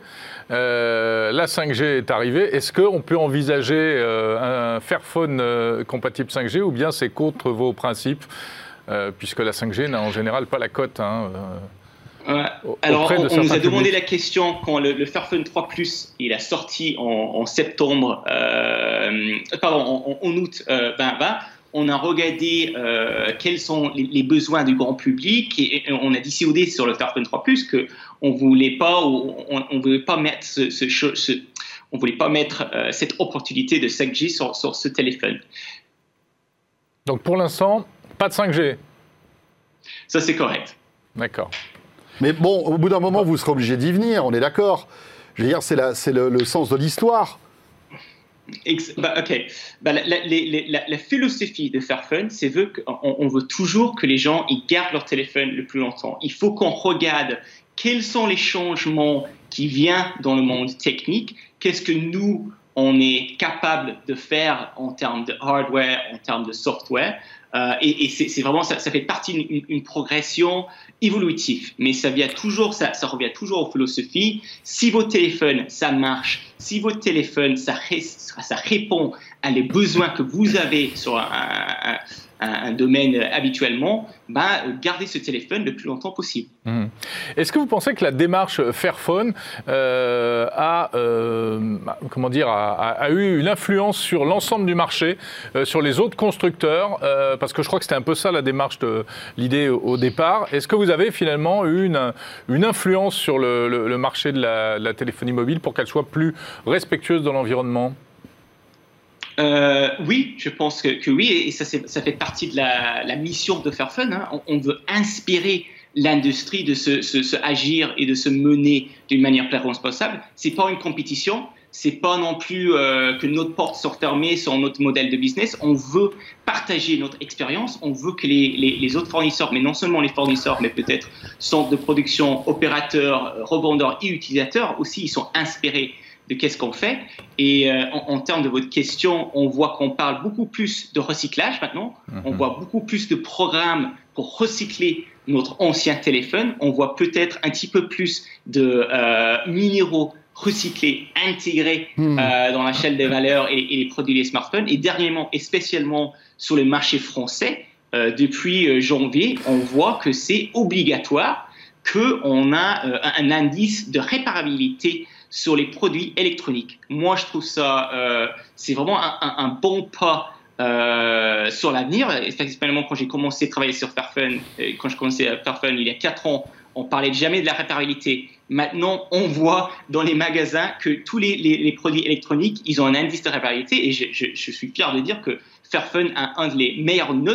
la 5G est arrivée, est-ce qu'on peut envisager un Fairphone compatible 5G ou bien c'est contre vos principes, puisque la 5G n'a en général pas la cote alors, on nous a demandé la question quand le Fairphone 3 Plus il a sorti en septembre, en août 2020. On a regardé quels sont les besoins du grand public et on a décidé sur le Fairphone 3 Plus que on voulait pas mettre cette opportunité de 5G sur ce téléphone. Donc pour l'instant, pas de 5G. Ça c'est correct. D'accord. Mais bon, au bout d'un moment, vous serez obligé d'y venir, on est d'accord. Je veux dire, c'est le sens de l'histoire. La philosophie de Fairphone, c'est qu'on veut toujours que les gens ils gardent leur téléphone le plus longtemps. Il faut qu'on regarde quels sont les changements qui viennent dans le monde technique, qu'est-ce que nous, on est capable de faire en termes de hardware, en termes de software. Et c'est vraiment, ça fait partie d'une progression évolutive. Mais ça revient toujours aux philosophies. Si votre téléphone, ça marche, si votre téléphone, ça répond à les besoins que vous avez sur un domaine habituellement, gardez ce téléphone le plus longtemps possible. Est-ce que vous pensez que la démarche Fairphone a eu une influence sur l'ensemble du marché, sur les autres constructeurs, parce que je crois que c'était un peu ça la démarche, l'idée au départ. Est-ce que vous avez finalement eu une influence sur le marché de la téléphonie mobile pour qu'elle soit plus respectueuse de l'environnement ? Oui, je pense que oui, et ça fait partie de la mission de Fairphone. On veut inspirer l'industrie de se agir et de se mener d'une manière plus responsable. C'est pas une compétition, c'est pas non plus que notre porte soit fermée sur notre modèle de business. On veut partager notre expérience, on veut que les autres fournisseurs, mais non seulement les fournisseurs, mais peut-être centres de production, opérateurs, revendeurs et utilisateurs aussi, ils sont inspirés de qu'est-ce qu'on fait. Et en termes de votre question, on voit qu'on parle beaucoup plus de recyclage maintenant. On voit beaucoup plus de programmes pour recycler notre ancien téléphone. On voit peut-être un petit peu plus de minéraux recyclés, intégrés dans la chaîne des valeurs et les produits des smartphones. Et dernièrement, et spécialement sur le marché français, depuis janvier, on voit que c'est obligatoire qu'on a un indice de réparabilité sur les produits électroniques. Moi, je trouve ça, c'est vraiment un bon pas sur l'avenir. Spécialement quand j'ai commencé à travailler sur Fairphone, quand je commençais à Fairphone il y a 4 ans, on parlait jamais de la réparabilité. Maintenant, on voit dans les magasins que tous les produits électroniques, ils ont un indice de réparabilité et je suis fier de dire que Fairphone a un des meilleures notes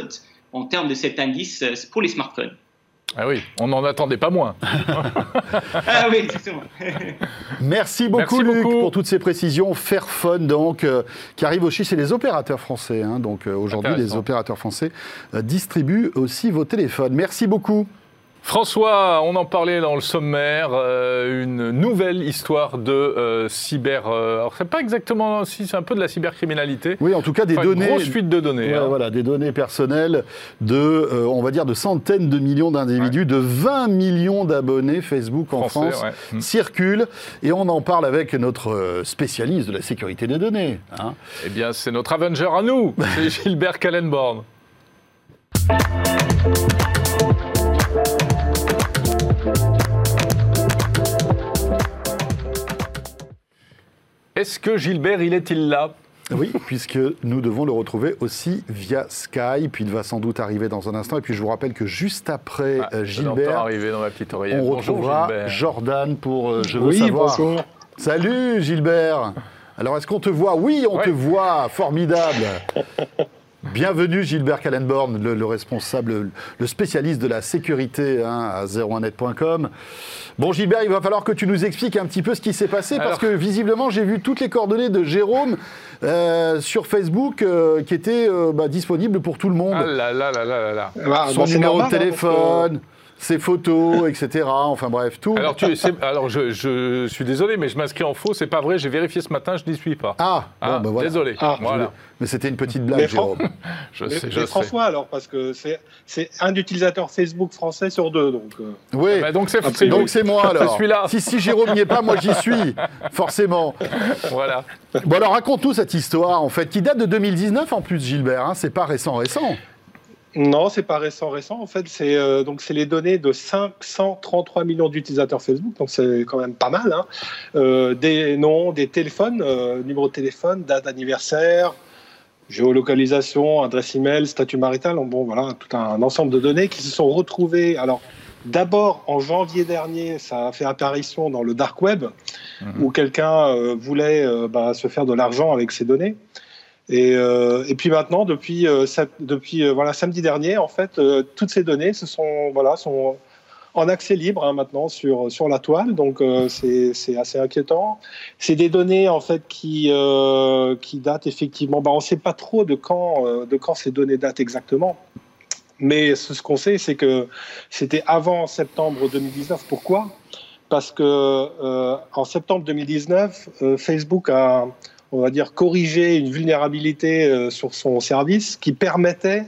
en termes de cet indice pour les smartphones. Ah oui, on n'en attendait pas moins. Ah oui, exactement. Merci beaucoup, Luc, pour toutes ces précisions. Fairphone, donc, qui arrive aussi chez les opérateurs français. Hein. Donc aujourd'hui, les opérateurs français distribuent aussi vos téléphones. Merci beaucoup. François, on en parlait dans le sommaire, une nouvelle histoire de cyber... alors, c'est pas exactement... Si, c'est un peu de la cybercriminalité. Oui, en tout cas, des données... Une grosse fuite de données. Ouais, voilà, des données personnelles de, on va dire, de centaines de millions d'individus, de 20 millions d'abonnés Facebook en France, circulent. Et on en parle avec notre spécialiste de la sécurité des données. Hein. Eh bien, c'est notre Avenger à nous, c'est Gilbert Kallenborn. Est-ce que Gilbert, est-il là ? Oui, puisque nous devons le retrouver aussi via Skype. Il va sans doute arriver dans un instant. Et puis je vous rappelle que juste après Gilbert, arriver dans ma petite oreillette. On retrouvera Jordan pour Je veux savoir. Bonjour. Salut Gilbert. Alors est-ce qu'on te voit ? Oui, on te voit. Formidable. Bienvenue Gilbert Kallenborn, le responsable, le spécialiste de la sécurité à 01net.com. Bon Gilbert, il va falloir que tu nous expliques un petit peu ce qui s'est passé, parce que visiblement j'ai vu toutes les coordonnées de Jérôme sur Facebook qui étaient disponibles pour tout le monde. Ah là là là là là. Son numéro de téléphone. Ses photos, etc. Enfin bref, tout. Alors, je suis désolé, mais je m'inscris en faux, c'est pas vrai, j'ai vérifié ce matin, je n'y suis pas. Voilà. Désolé. Voilà. Mais c'était une petite blague, Jérôme. Je sais. François, alors, parce que c'est un utilisateur Facebook français sur deux, donc... Oui, donc c'est moi, alors. C'est celui-là. Si Jérôme n'y est pas, moi j'y suis, forcément. Voilà. Bon, alors raconte-nous cette histoire, en fait, qui date de 2019 en plus, Gilbert, hein, c'est pas récent. Non, c'est pas récent. En fait, c'est les données de 533 millions d'utilisateurs Facebook, donc c'est quand même pas mal. Hein. Des noms, des téléphones, numéro de téléphone, date d'anniversaire, géolocalisation, adresse email, statut marital. Bon, voilà, tout un ensemble de données qui se sont retrouvées. Alors, d'abord, en janvier dernier, ça a fait apparition dans le dark web, où quelqu'un voulait se faire de l'argent avec ces données. Et puis maintenant, depuis samedi dernier, en fait, toutes ces données sont en accès libre maintenant sur la toile. Donc c'est assez inquiétant. C'est des données en fait qui datent effectivement. On ne sait pas trop de quand ces données datent exactement. Mais ce qu'on sait, c'est que c'était avant septembre 2019. Pourquoi ? Parce que en septembre 2019, Facebook a, on va dire, corriger une vulnérabilité sur son service qui permettait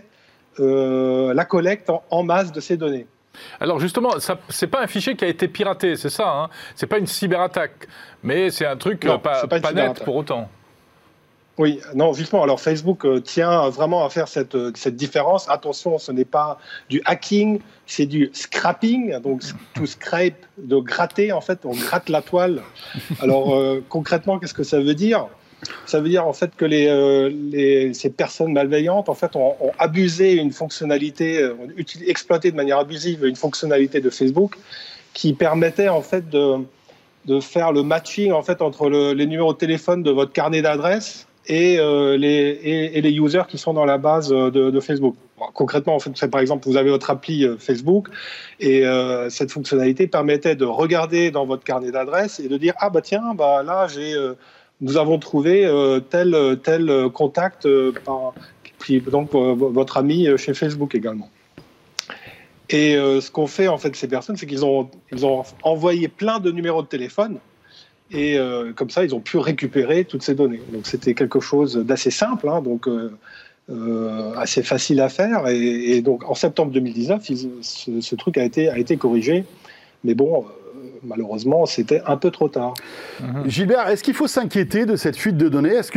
la collecte en masse de ces données. Alors justement, ce n'est pas un fichier qui a été piraté, c'est ça, hein ? Ce n'est pas une cyberattaque, mais c'est un truc pas net pour autant. Oui, non, justement. Alors Facebook tient vraiment à faire cette différence. Attention, ce n'est pas du hacking, c'est du scrapping. Donc, to scrape, de gratter, en fait, on gratte la toile. Alors, concrètement, qu'est-ce que ça veut dire ? Ça veut dire en fait que ces personnes malveillantes en fait ont abusé une fonctionnalité, ont exploité de manière abusive une fonctionnalité de Facebook qui permettait en fait de faire le matching en fait entre les numéros de téléphone de votre carnet d'adresses et les users qui sont dans la base de Facebook. Bon, concrètement, en fait, par exemple, vous avez votre appli Facebook et cette fonctionnalité permettait de regarder dans votre carnet d'adresses et de dire là nous avons trouvé tel contact donc votre ami chez Facebook également. Et ce qu'ont fait en fait ces personnes, c'est qu'ils ont envoyé plein de numéros de téléphone et comme ça ils ont pu récupérer toutes ces données. Donc c'était quelque chose d'assez simple, hein, donc assez facile à faire. Et donc en septembre 2019, ce truc a été corrigé, mais bon. Malheureusement, c'était un peu trop tard. Gilbert, est-ce qu'il faut s'inquiéter de cette fuite de données ? Est-ce que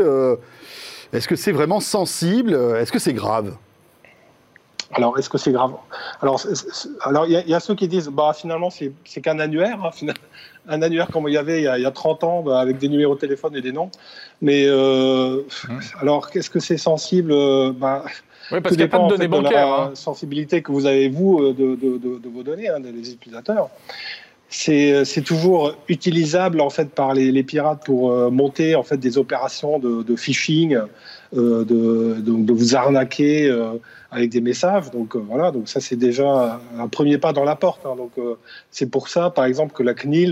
c'est vraiment sensible ? Est-ce que c'est grave ? Alors, est-ce que c'est grave ? Alors, il y a ceux qui disent, finalement, c'est qu'un annuaire. Hein, un annuaire comme il y avait il y a 30 ans, avec des numéros de téléphone et des noms. Mais alors, qu'est-ce que c'est sensible ? Oui, parce qu'il n'y a pas de données bancaires. De la sensibilité que vous avez, vous, de vos données, hein, des utilisateurs. C'est toujours utilisable en fait par les pirates pour monter en fait des opérations de phishing de vous arnaquer avec des messages. Donc voilà, donc ça c'est déjà un premier pas dans la porte. Hein. Donc c'est pour ça, par exemple, que la CNIL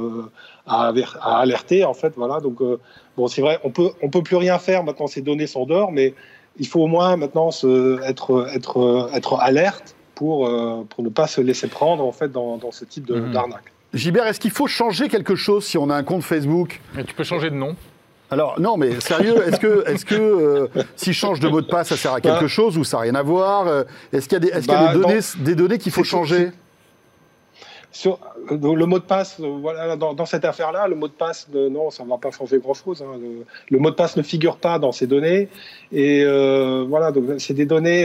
a alerté en fait. Voilà, donc bon, c'est vrai, on peut plus rien faire maintenant. Ces données sont dehors, mais il faut au moins maintenant être alerte pour ne pas se laisser prendre en fait dans ce type d'arnaque. Gilbert, est-ce qu'il faut changer quelque chose si on a un compte Facebook ? Mais tu peux changer de nom. Alors, non, mais sérieux, est-ce que si je change de mot de passe, ça sert à quelque chose ou ça n'a rien à voir ? Est-ce qu'il y a des données qu'il faut changer ? Sur le mot de passe, voilà, dans cette affaire-là, le mot de passe, non, ça ne va pas changer grand-chose. Hein. Le mot de passe ne figure pas dans ces données. Et voilà, donc c'est des données,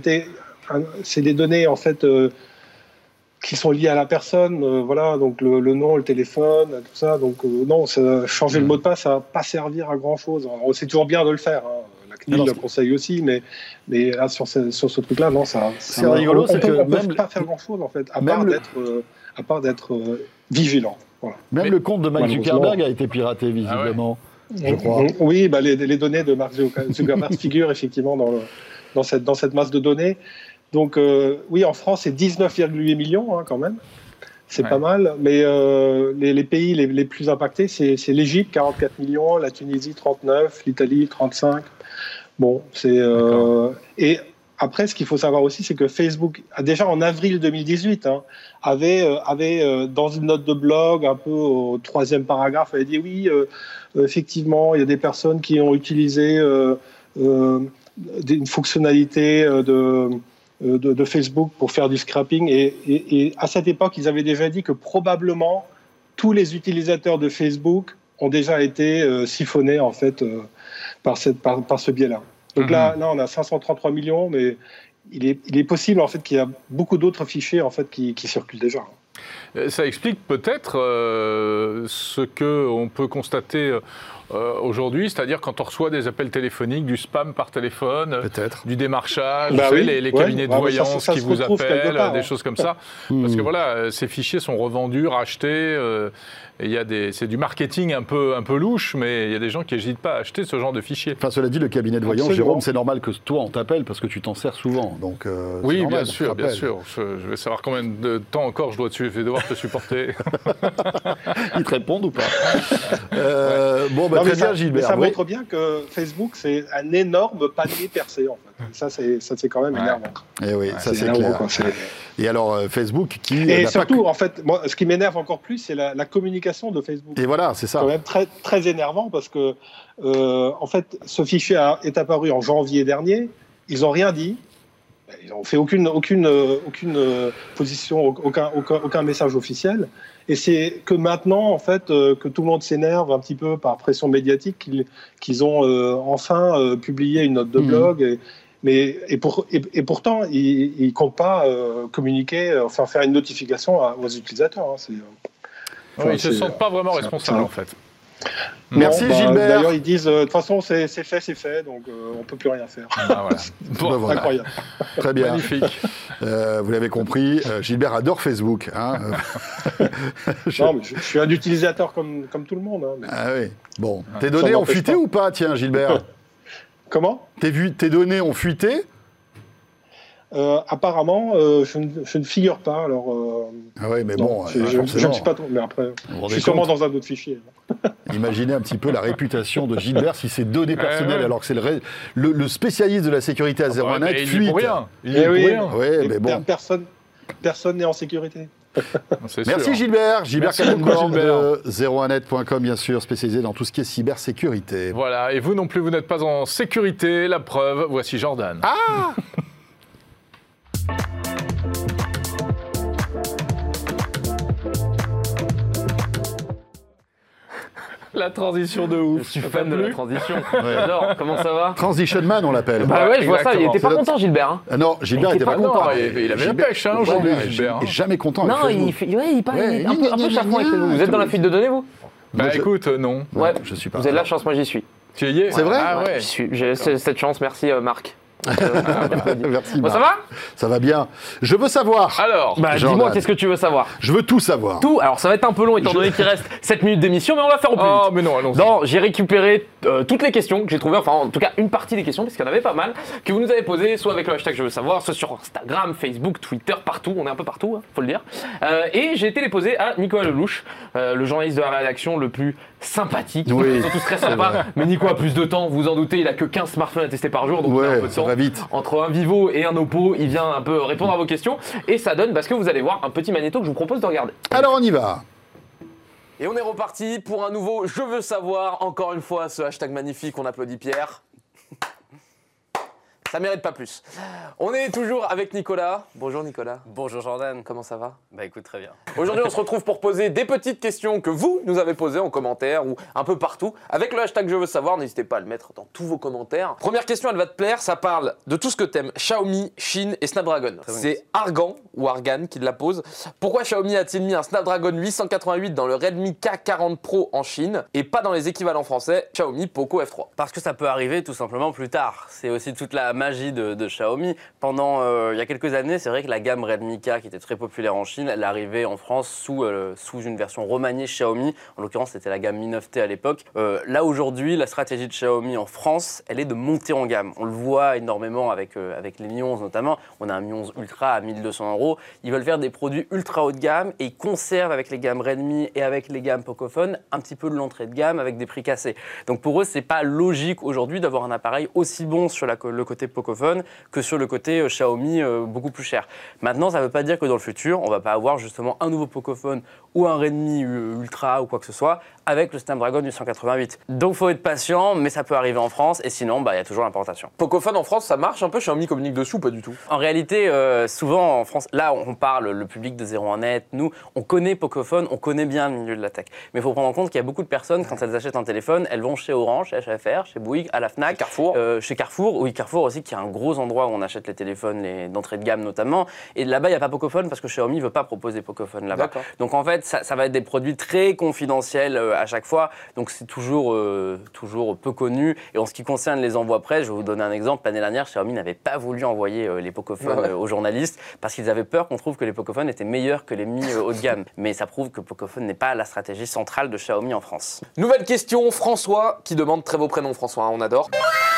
c'est des données en fait qui sont liées à la personne. Voilà, donc le nom, le téléphone, tout ça. Donc non, changer le mot de passe, ça ne va pas servir à grand-chose. C'est toujours bien de le faire. Hein. La CNIL le conseille aussi, mais là, sur ce truc-là, non, ça. C'est rigolo, c'est que on ne peut pas faire grand-chose en fait, à part d'être vigilant. Voilà. Même le compte de Mark Zuckerberg a été piraté, visiblement, je crois. Oui, les données de Mark Zuckerberg figurent effectivement dans cette masse de données. Donc, oui, en France, c'est 19,8 millions, hein, quand même. C'est pas mal. Mais les pays les plus impactés, c'est l'Égypte, 44 millions, la Tunisie, 39, l'Italie, 35. Bon, et après, ce qu'il faut savoir aussi, c'est que Facebook, déjà en avril 2018, avait dans une note de blog, un peu au 3e paragraphe, avait dit oui, effectivement, il y a des personnes qui ont utilisé une fonctionnalité de Facebook pour faire du scrapping. Et à cette époque, ils avaient déjà dit que probablement tous les utilisateurs de Facebook ont déjà été siphonnés en fait par ce biais-là. Donc là, on a 533 millions, mais il est possible en fait qu'il y a beaucoup d'autres fichiers en fait qui circulent déjà. Ça explique peut-être ce qu'on peut constater aujourd'hui, c'est-à-dire quand on reçoit des appels téléphoniques, du spam par téléphone, du démarchage, les cabinets de voyance qui vous appellent, des choses comme ça. Parce que voilà, ces fichiers sont revendus, rachetés. C'est du marketing un peu louche, mais il y a des gens qui n'hésitent pas à acheter ce genre de fichiers. Enfin, cela dit, le cabinet de voyance, Jérôme, c'est normal que toi, on t'appelle parce que tu t'en sers souvent. Donc, oui, normal, bien sûr. Je vais savoir combien de temps encore je vais devoir te supporter. Ils te répondent ou pas Bon, très bien, Gilbert. Ça montre bien que Facebook, c'est un énorme panier percé, en fait. Ça, c'est quand même énervant. Et oui, ça, c'est clair. Et alors, Facebook qui... Et surtout, en fait, moi, ce qui m'énerve encore plus, c'est la communication de Facebook. Et voilà, c'est ça. C'est quand même très, très énervant parce que, en fait, ce fichier est apparu en janvier dernier. Ils n'ont rien dit. Ils n'ont fait aucune position, aucun message officiel. Et c'est que maintenant, en fait, que tout le monde s'énerve un petit peu par pression médiatique qu'ils ont enfin publié une note de blog. Et pourtant, ils ne comptent pas communiquer, enfin faire une notification aux utilisateurs. Hein. Ils ne se sentent pas vraiment responsables, en fait. Merci Gilbert. D'ailleurs, ils disent de toute façon, c'est fait, donc on ne peut plus rien faire. Voilà. Incroyable. Très bien. Magnifique. Vous l'avez compris, Gilbert adore Facebook. Hein. Non, mais je suis un utilisateur comme tout le monde. Hein, mais... Ah oui. Bon, tes données ont fuité ou pas, tiens, Gilbert? Comment? Tes données ont fuité? Apparemment, je ne figure pas. Alors, ah oui, mais bon, je ne suis pas trop. Mais après, je suis sûrement dans un autre fichier. Imaginez un petit peu la réputation de Gilbert si ses données personnelles, alors que c'est le spécialiste de la sécurité à 01net, fuite. Il est pour rien. Oui, mais bon. Personne n'est en sécurité. Merci Gilbert. Gilbert Kallenborn de 01net.com, bien sûr, spécialisé dans tout ce qui est cybersécurité. Voilà, et vous non plus, vous n'êtes pas en sécurité. La preuve, voici Jordan. Ah La transition de ouf. Je suis fan de la transition. J'adore. Comment ça va? Transition Man, on l'appelle. Bah ouais, je vois ça. Il était pas content, Gilbert. Hein. Ah non, Gilbert était pas content. Il avait la pêche aujourd'hui, Gilbert. Il est jamais content. Non, il paraît un peu chafouin avec Facebook. Vous êtes dans la fuite de données, vous? Bah écoute, non. Ouais, je suis pas. Vous avez de la chance, moi j'y suis. Tu y es? C'est vrai? Ah ouais. J'y suis. J'ai cette chance, merci Marc. Merci. Bon, ça va? Ça va bien. Je veux savoir. Alors, dis-moi, qu'est-ce que tu veux savoir? Je veux tout savoir. Tout. Alors, ça va être un peu long étant donné qu'il reste 7 minutes d'émission, mais on va faire au plus vite. Oh, mais non, allons-y. Non, j'ai récupéré toutes les questions que j'ai trouvées, enfin, en tout cas, une partie des questions, parce qu'il y en avait pas mal, que vous nous avez posées, soit avec le hashtag Je veux savoir, soit sur Instagram, Facebook, Twitter, partout. On est un peu partout, hein, faut le dire. Et j'ai été les poser à Nicolas Lelouch, le journaliste de la rédaction le plus sympathique. Oui. Ils sont tous très sympas. Mais Nico a plus de temps, vous vous en doutez, il a que 15 smartphones à tester par jour, donc il a un peu de ça temps. va vite. Entre un Vivo et un Oppo, il vient un peu répondre à vos questions. Et ça donne, parce que vous allez voir, un petit magnéto que je vous propose de regarder. Alors on y va. Et on est reparti pour un nouveau Je veux savoir. Encore une fois, ce hashtag magnifique, on applaudit Pierre. Ça mérite pas plus. On est toujours avec Nicolas. Bonjour Nicolas. Bonjour Jordan. Comment ça va? Bah écoute, très bien. Aujourd'hui, on se retrouve pour poser des petites questions que vous nous avez posées en commentaire ou un peu partout. Avec le hashtag Je veux savoir, n'hésitez pas à le mettre dans tous vos commentaires. Première question, elle va te plaire. Ça parle de tout ce que t'aimes. Xiaomi, Chine et Snapdragon. C'est Argan ou Argan qui la pose. Pourquoi Xiaomi a-t-il mis un Snapdragon 888 dans le Redmi K40 Pro en Chine et pas dans les équivalents français Xiaomi Poco F3? Parce que ça peut arriver tout simplement plus tard. C'est aussi toute la magie de Xiaomi. Pendant il y a quelques années, c'est vrai que la gamme Redmi K, qui était très populaire en Chine, elle arrivait en France sous une version remaniée Xiaomi. En l'occurrence, c'était la gamme Mi 9T à l'époque. Là, aujourd'hui, la stratégie de Xiaomi en France, elle est de monter en gamme. On le voit énormément avec les Mi 11 notamment. On a un Mi 11 Ultra à 1200 €. Ils veulent faire des produits ultra haut de gamme et ils conservent avec les gammes Redmi et avec les gammes Pocophone un petit peu de l'entrée de gamme avec des prix cassés. Donc pour eux, c'est pas logique aujourd'hui d'avoir un appareil aussi bon sur le côté Pocophone que sur le côté Xiaomi beaucoup plus cher. Maintenant, ça ne veut pas dire que dans le futur, on ne va pas avoir justement un nouveau Pocophone ou un Redmi Ultra ou quoi que ce soit avec le Snapdragon 888. Donc il faut être patient, mais ça peut arriver en France et sinon, il y a toujours l'importation. Pocophone en France, ça marche un peu? Xiaomi communique dessus ou pas du tout? En réalité, souvent en France, là on parle le public de 01net, nous, on connaît Pocophone, on connaît bien le milieu de la tech. Mais il faut prendre en compte qu'il y a beaucoup de personnes, quand elles achètent un téléphone, elles vont chez Orange, chez HFR, chez Bouygues, à la Fnac, chez Carrefour, oui, Carrefour aussi, qui est un gros endroit où on achète les téléphones d'entrée de gamme notamment. Et là-bas, il n'y a pas Pocophone parce que Xiaomi ne veut pas proposer Pocophone là-bas. Donc en fait, ça va être des produits très confidentiels à chaque fois. Donc c'est toujours peu connu. Et en ce qui concerne les envois presse, je vais vous donner un exemple. L'année dernière, Xiaomi n'avait pas voulu envoyer les Pocophones aux journalistes parce qu'ils avaient peur qu'on trouve que les Pocophones étaient meilleurs que les Mi haut de gamme. Mais ça prouve que Pocophone n'est pas la stratégie centrale de Xiaomi en France. Nouvelle question, François, qui demande, très beau prénom François, hein, on adore.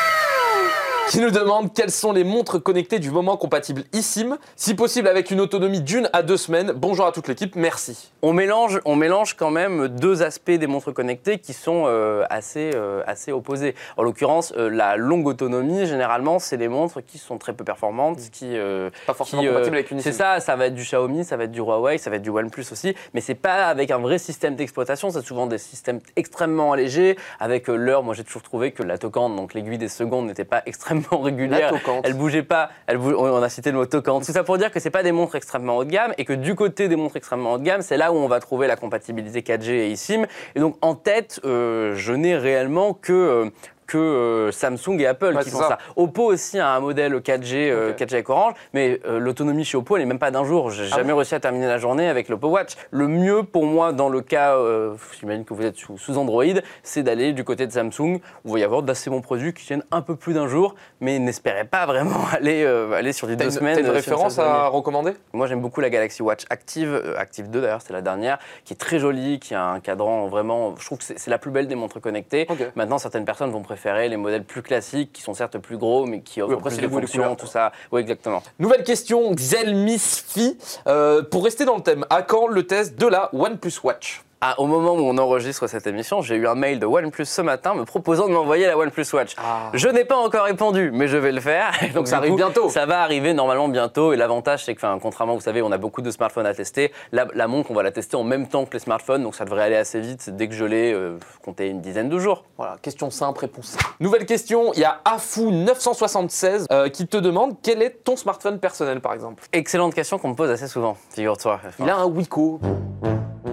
Qui nous demande quelles sont les montres connectées du moment compatibles eSIM, si possible avec une autonomie d'1 à 2 semaines. Bonjour à toute l'équipe, merci. On mélange quand même deux aspects des montres connectées qui sont assez opposés. En l'occurrence, la longue autonomie, généralement, c'est les montres qui sont très peu performantes, pas forcément compatibles avec une eSIM. C'est ça va être du Xiaomi, ça va être du Huawei, ça va être du OnePlus aussi, mais c'est pas avec un vrai système d'exploitation, c'est souvent des systèmes extrêmement allégés, avec l'heure. Moi j'ai toujours trouvé que la toquante, donc l'aiguille des secondes, n'était pas extrêmement régulière, elle bougeait pas, on a cité le mot toquante. Tout ça pour dire que c'est pas des montres extrêmement haut de gamme et que du côté des montres extrêmement haut de gamme, c'est là où on va trouver la compatibilité 4G et eSIM. Et donc en tête, je n'ai réellement que Samsung et Apple qui font ça. Oppo aussi a un modèle 4G, 4G avec Orange, mais l'autonomie chez Oppo, elle n'est même pas d'un jour. J'ai jamais réussi à terminer la journée avec l'Oppo Watch. Le mieux pour moi, dans le cas, j'imagine que vous êtes sous Android, c'est d'aller du côté de Samsung, où il va y avoir d'assez bons produits qui tiennent un peu plus d'un jour, mais n'espérez pas vraiment aller sur du 2 semaines. T'as une référence à recommander? Moi, j'aime beaucoup la Galaxy Watch Active 2 d'ailleurs, c'est la dernière, qui est très jolie, qui a un cadran vraiment, je trouve que c'est la plus belle des montres connectées. Maintenant, certaines personnes vont préférer les modèles plus classiques qui sont certes plus gros mais qui offrent plus de fonctions, tout ça. Oui, exactement. Nouvelle question, Xelmisfi. Pour rester dans le thème, à quand le test de la OnePlus Watch? Au moment où on enregistre cette émission, j'ai eu un mail de OnePlus ce matin me proposant de m'envoyer la OnePlus Watch. Je n'ai pas encore répondu, mais je vais le faire. Donc ça arrive bientôt. Ça va arriver normalement bientôt. Et l'avantage, c'est que, contrairement, vous savez, on a beaucoup de smartphones à tester. La montre, on va la tester en même temps que les smartphones, donc ça devrait aller assez vite. Dès que je l'ai, compter une dizaine de jours. Voilà, question simple, réponse simple. Nouvelle question, il y a Afou976 qui te demande quel est ton smartphone personnel, par exemple? Excellente question qu'on me pose assez souvent, figure-toi. Il a un Wiko.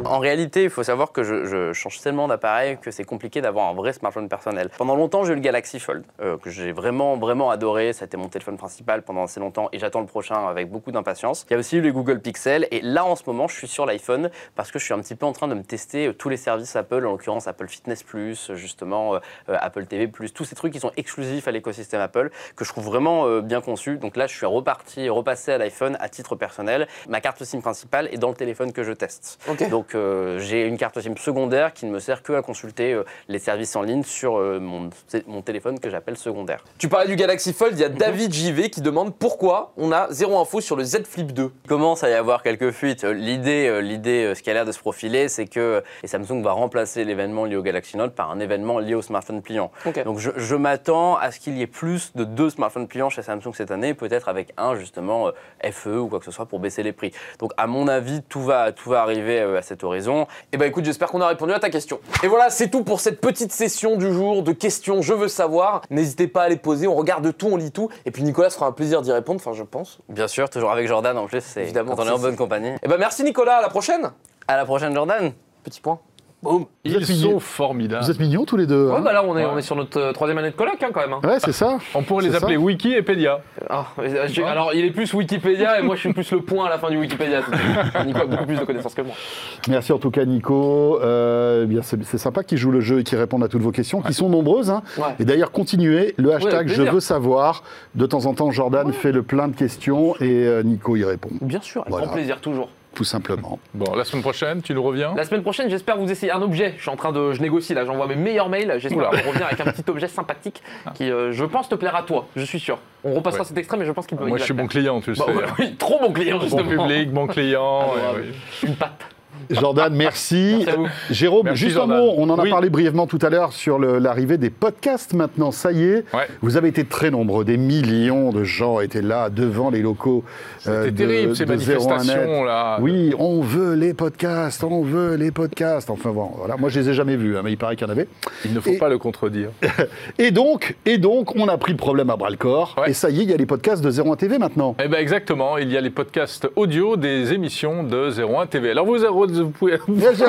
En réalité, il faut savoir que je change tellement d'appareil que c'est compliqué d'avoir un vrai smartphone personnel. Pendant longtemps, j'ai eu le Galaxy Fold, que j'ai vraiment adoré. C'était mon téléphone principal pendant assez longtemps et j'attends le prochain avec beaucoup d'impatience. Il y a aussi eu les Google Pixel et là, en ce moment, je suis sur l'iPhone parce que je suis un petit peu en train de me tester tous les services Apple, en l'occurrence Apple Fitness+, justement, Apple TV+, tous ces trucs qui sont exclusifs à l'écosystème Apple, que je trouve vraiment bien conçus. Donc là, je suis repassé à l'iPhone à titre personnel. Ma carte SIM principale est dans le téléphone que je teste. Okay. Donc j'ai une carte SIM secondaire qui ne me sert que à consulter les services en ligne sur mon téléphone que j'appelle secondaire. Tu parlais du Galaxy Fold, il y a David JV qui demande pourquoi on a zéro info sur le Z Flip 2. Il commence à y avoir quelques fuites. L'idée, ce qui a l'air de se profiler, c'est que Samsung va remplacer l'événement lié au Galaxy Note par un événement lié au smartphone pliant. Okay. Donc je m'attends à ce qu'il y ait plus de 2 smartphones pliants chez Samsung cette année, peut-être avec un justement FE ou quoi que ce soit pour baisser les prix. Donc à mon avis, tout va arriver à cet horizon. Et bah écoute, j'espère qu'on a répondu à ta question. Et voilà, c'est tout pour cette petite session du jour de questions je veux savoir. N'hésitez pas à les poser, on regarde tout, on lit tout. Et puis Nicolas se fera un plaisir d'y répondre, enfin je pense. Bien sûr, toujours avec Jordan en plus, c'est évidemment quand on est en bonne compagnie. Et bah merci Nicolas, à la prochaine. À la prochaine Jordan. Petit point. Boum. Ils sont formidables. Vous êtes mignons tous les deux. Ouais, bah là on est sur notre 3e année de coloc quand même. Ouais, c'est ça. On pourrait les appeler Wiki et Pédia. Alors il est plus Wikipédia et moi je suis plus le point à la fin du Wikipédia. Nico a beaucoup plus de connaissances que moi. Merci en tout cas Nico. Bien, c'est sympa qu'il joue le jeu et qu'il réponde à toutes vos questions, qui sont nombreuses. Hein. Ouais. Et d'ailleurs, continuez le hashtag je veux savoir. De temps en temps, Jordan fait le plein de questions et Nico y répond. Bien sûr, avec grand plaisir, toujours. Tout simplement. Bon, la semaine prochaine, tu nous reviens? La semaine prochaine, j'espère vous essayer un objet. Je négocie là, j'envoie mes meilleurs mails. J'espère revenir avec un petit objet sympathique qui, je pense, te plaira à toi. Je suis sûr. On repassera cet extrait, mais je pense qu'il peut. Moi, je suis bon client, tu le sais. Oui, trop bon client, justement. Bon public, bon client. Une patte. Jordan, merci. Jérôme, merci, juste Jordan. Un mot, on en a parlé brièvement tout à l'heure sur l'arrivée des podcasts maintenant. Ça y est, vous avez été très nombreux, des millions de gens étaient là devant les locaux. C'était terrible ces manifestations là. Oui, on veut les podcasts, on veut les podcasts. Enfin bon, voilà. Moi je les ai jamais vus, hein, mais il paraît qu'il y en avait. Il ne faut pas le contredire. et donc, on a pris le problème à bras le corps. Et ça y est, il y a les podcasts de 01 TV maintenant. Eh ben exactement, il y a les podcasts audio des émissions de 01 TV. Alors vous pouvez...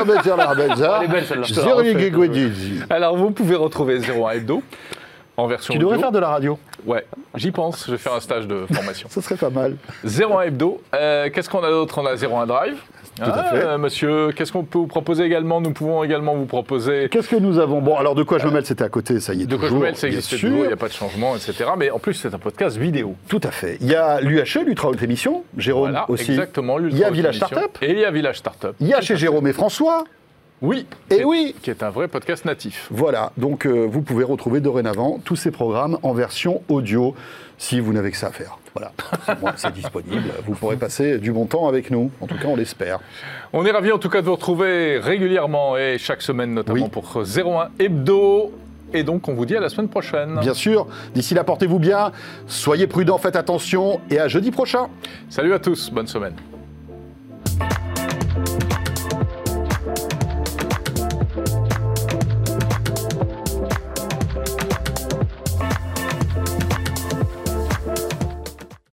Alors vous pouvez retrouver 01 Hebdo en version audio. Tu devrais faire de la radio. Ouais, j'y pense, je vais faire un stage de formation. Ça serait pas mal. 01 Hebdo, qu'est-ce qu'on a d'autre? On a 01 Drive. Tout à fait. Monsieur, qu'est-ce qu'on peut vous proposer également? Nous pouvons également vous proposer... Qu'est-ce que nous avons? Bon, alors de quoi je me mêle, c'était à côté, ça y est. De quoi je me mêle, ça existe toujours, il n'y a pas de changement, etc. Mais en plus, c'est un podcast vidéo. Tout à fait. Il y a l'UHE, l'Ultra Haute Émission, Jérôme aussi. Exactement, il y a Village Startup. Et il y a Village Startup. Il y a chez Jérôme et François. Oui. Et oui. Qui est un vrai podcast natif. Voilà, donc vous pouvez retrouver dorénavant tous ces programmes en version audio si vous n'avez que ça à faire. Voilà, c'est disponible. Vous pourrez passer du bon temps avec nous. En tout cas, on l'espère. On est ravis en tout cas de vous retrouver régulièrement et chaque semaine, notamment pour 01 Hebdo. Et donc, on vous dit à la semaine prochaine. Bien sûr. D'ici là, portez-vous bien. Soyez prudents, faites attention. Et à jeudi prochain. Salut à tous. Bonne semaine.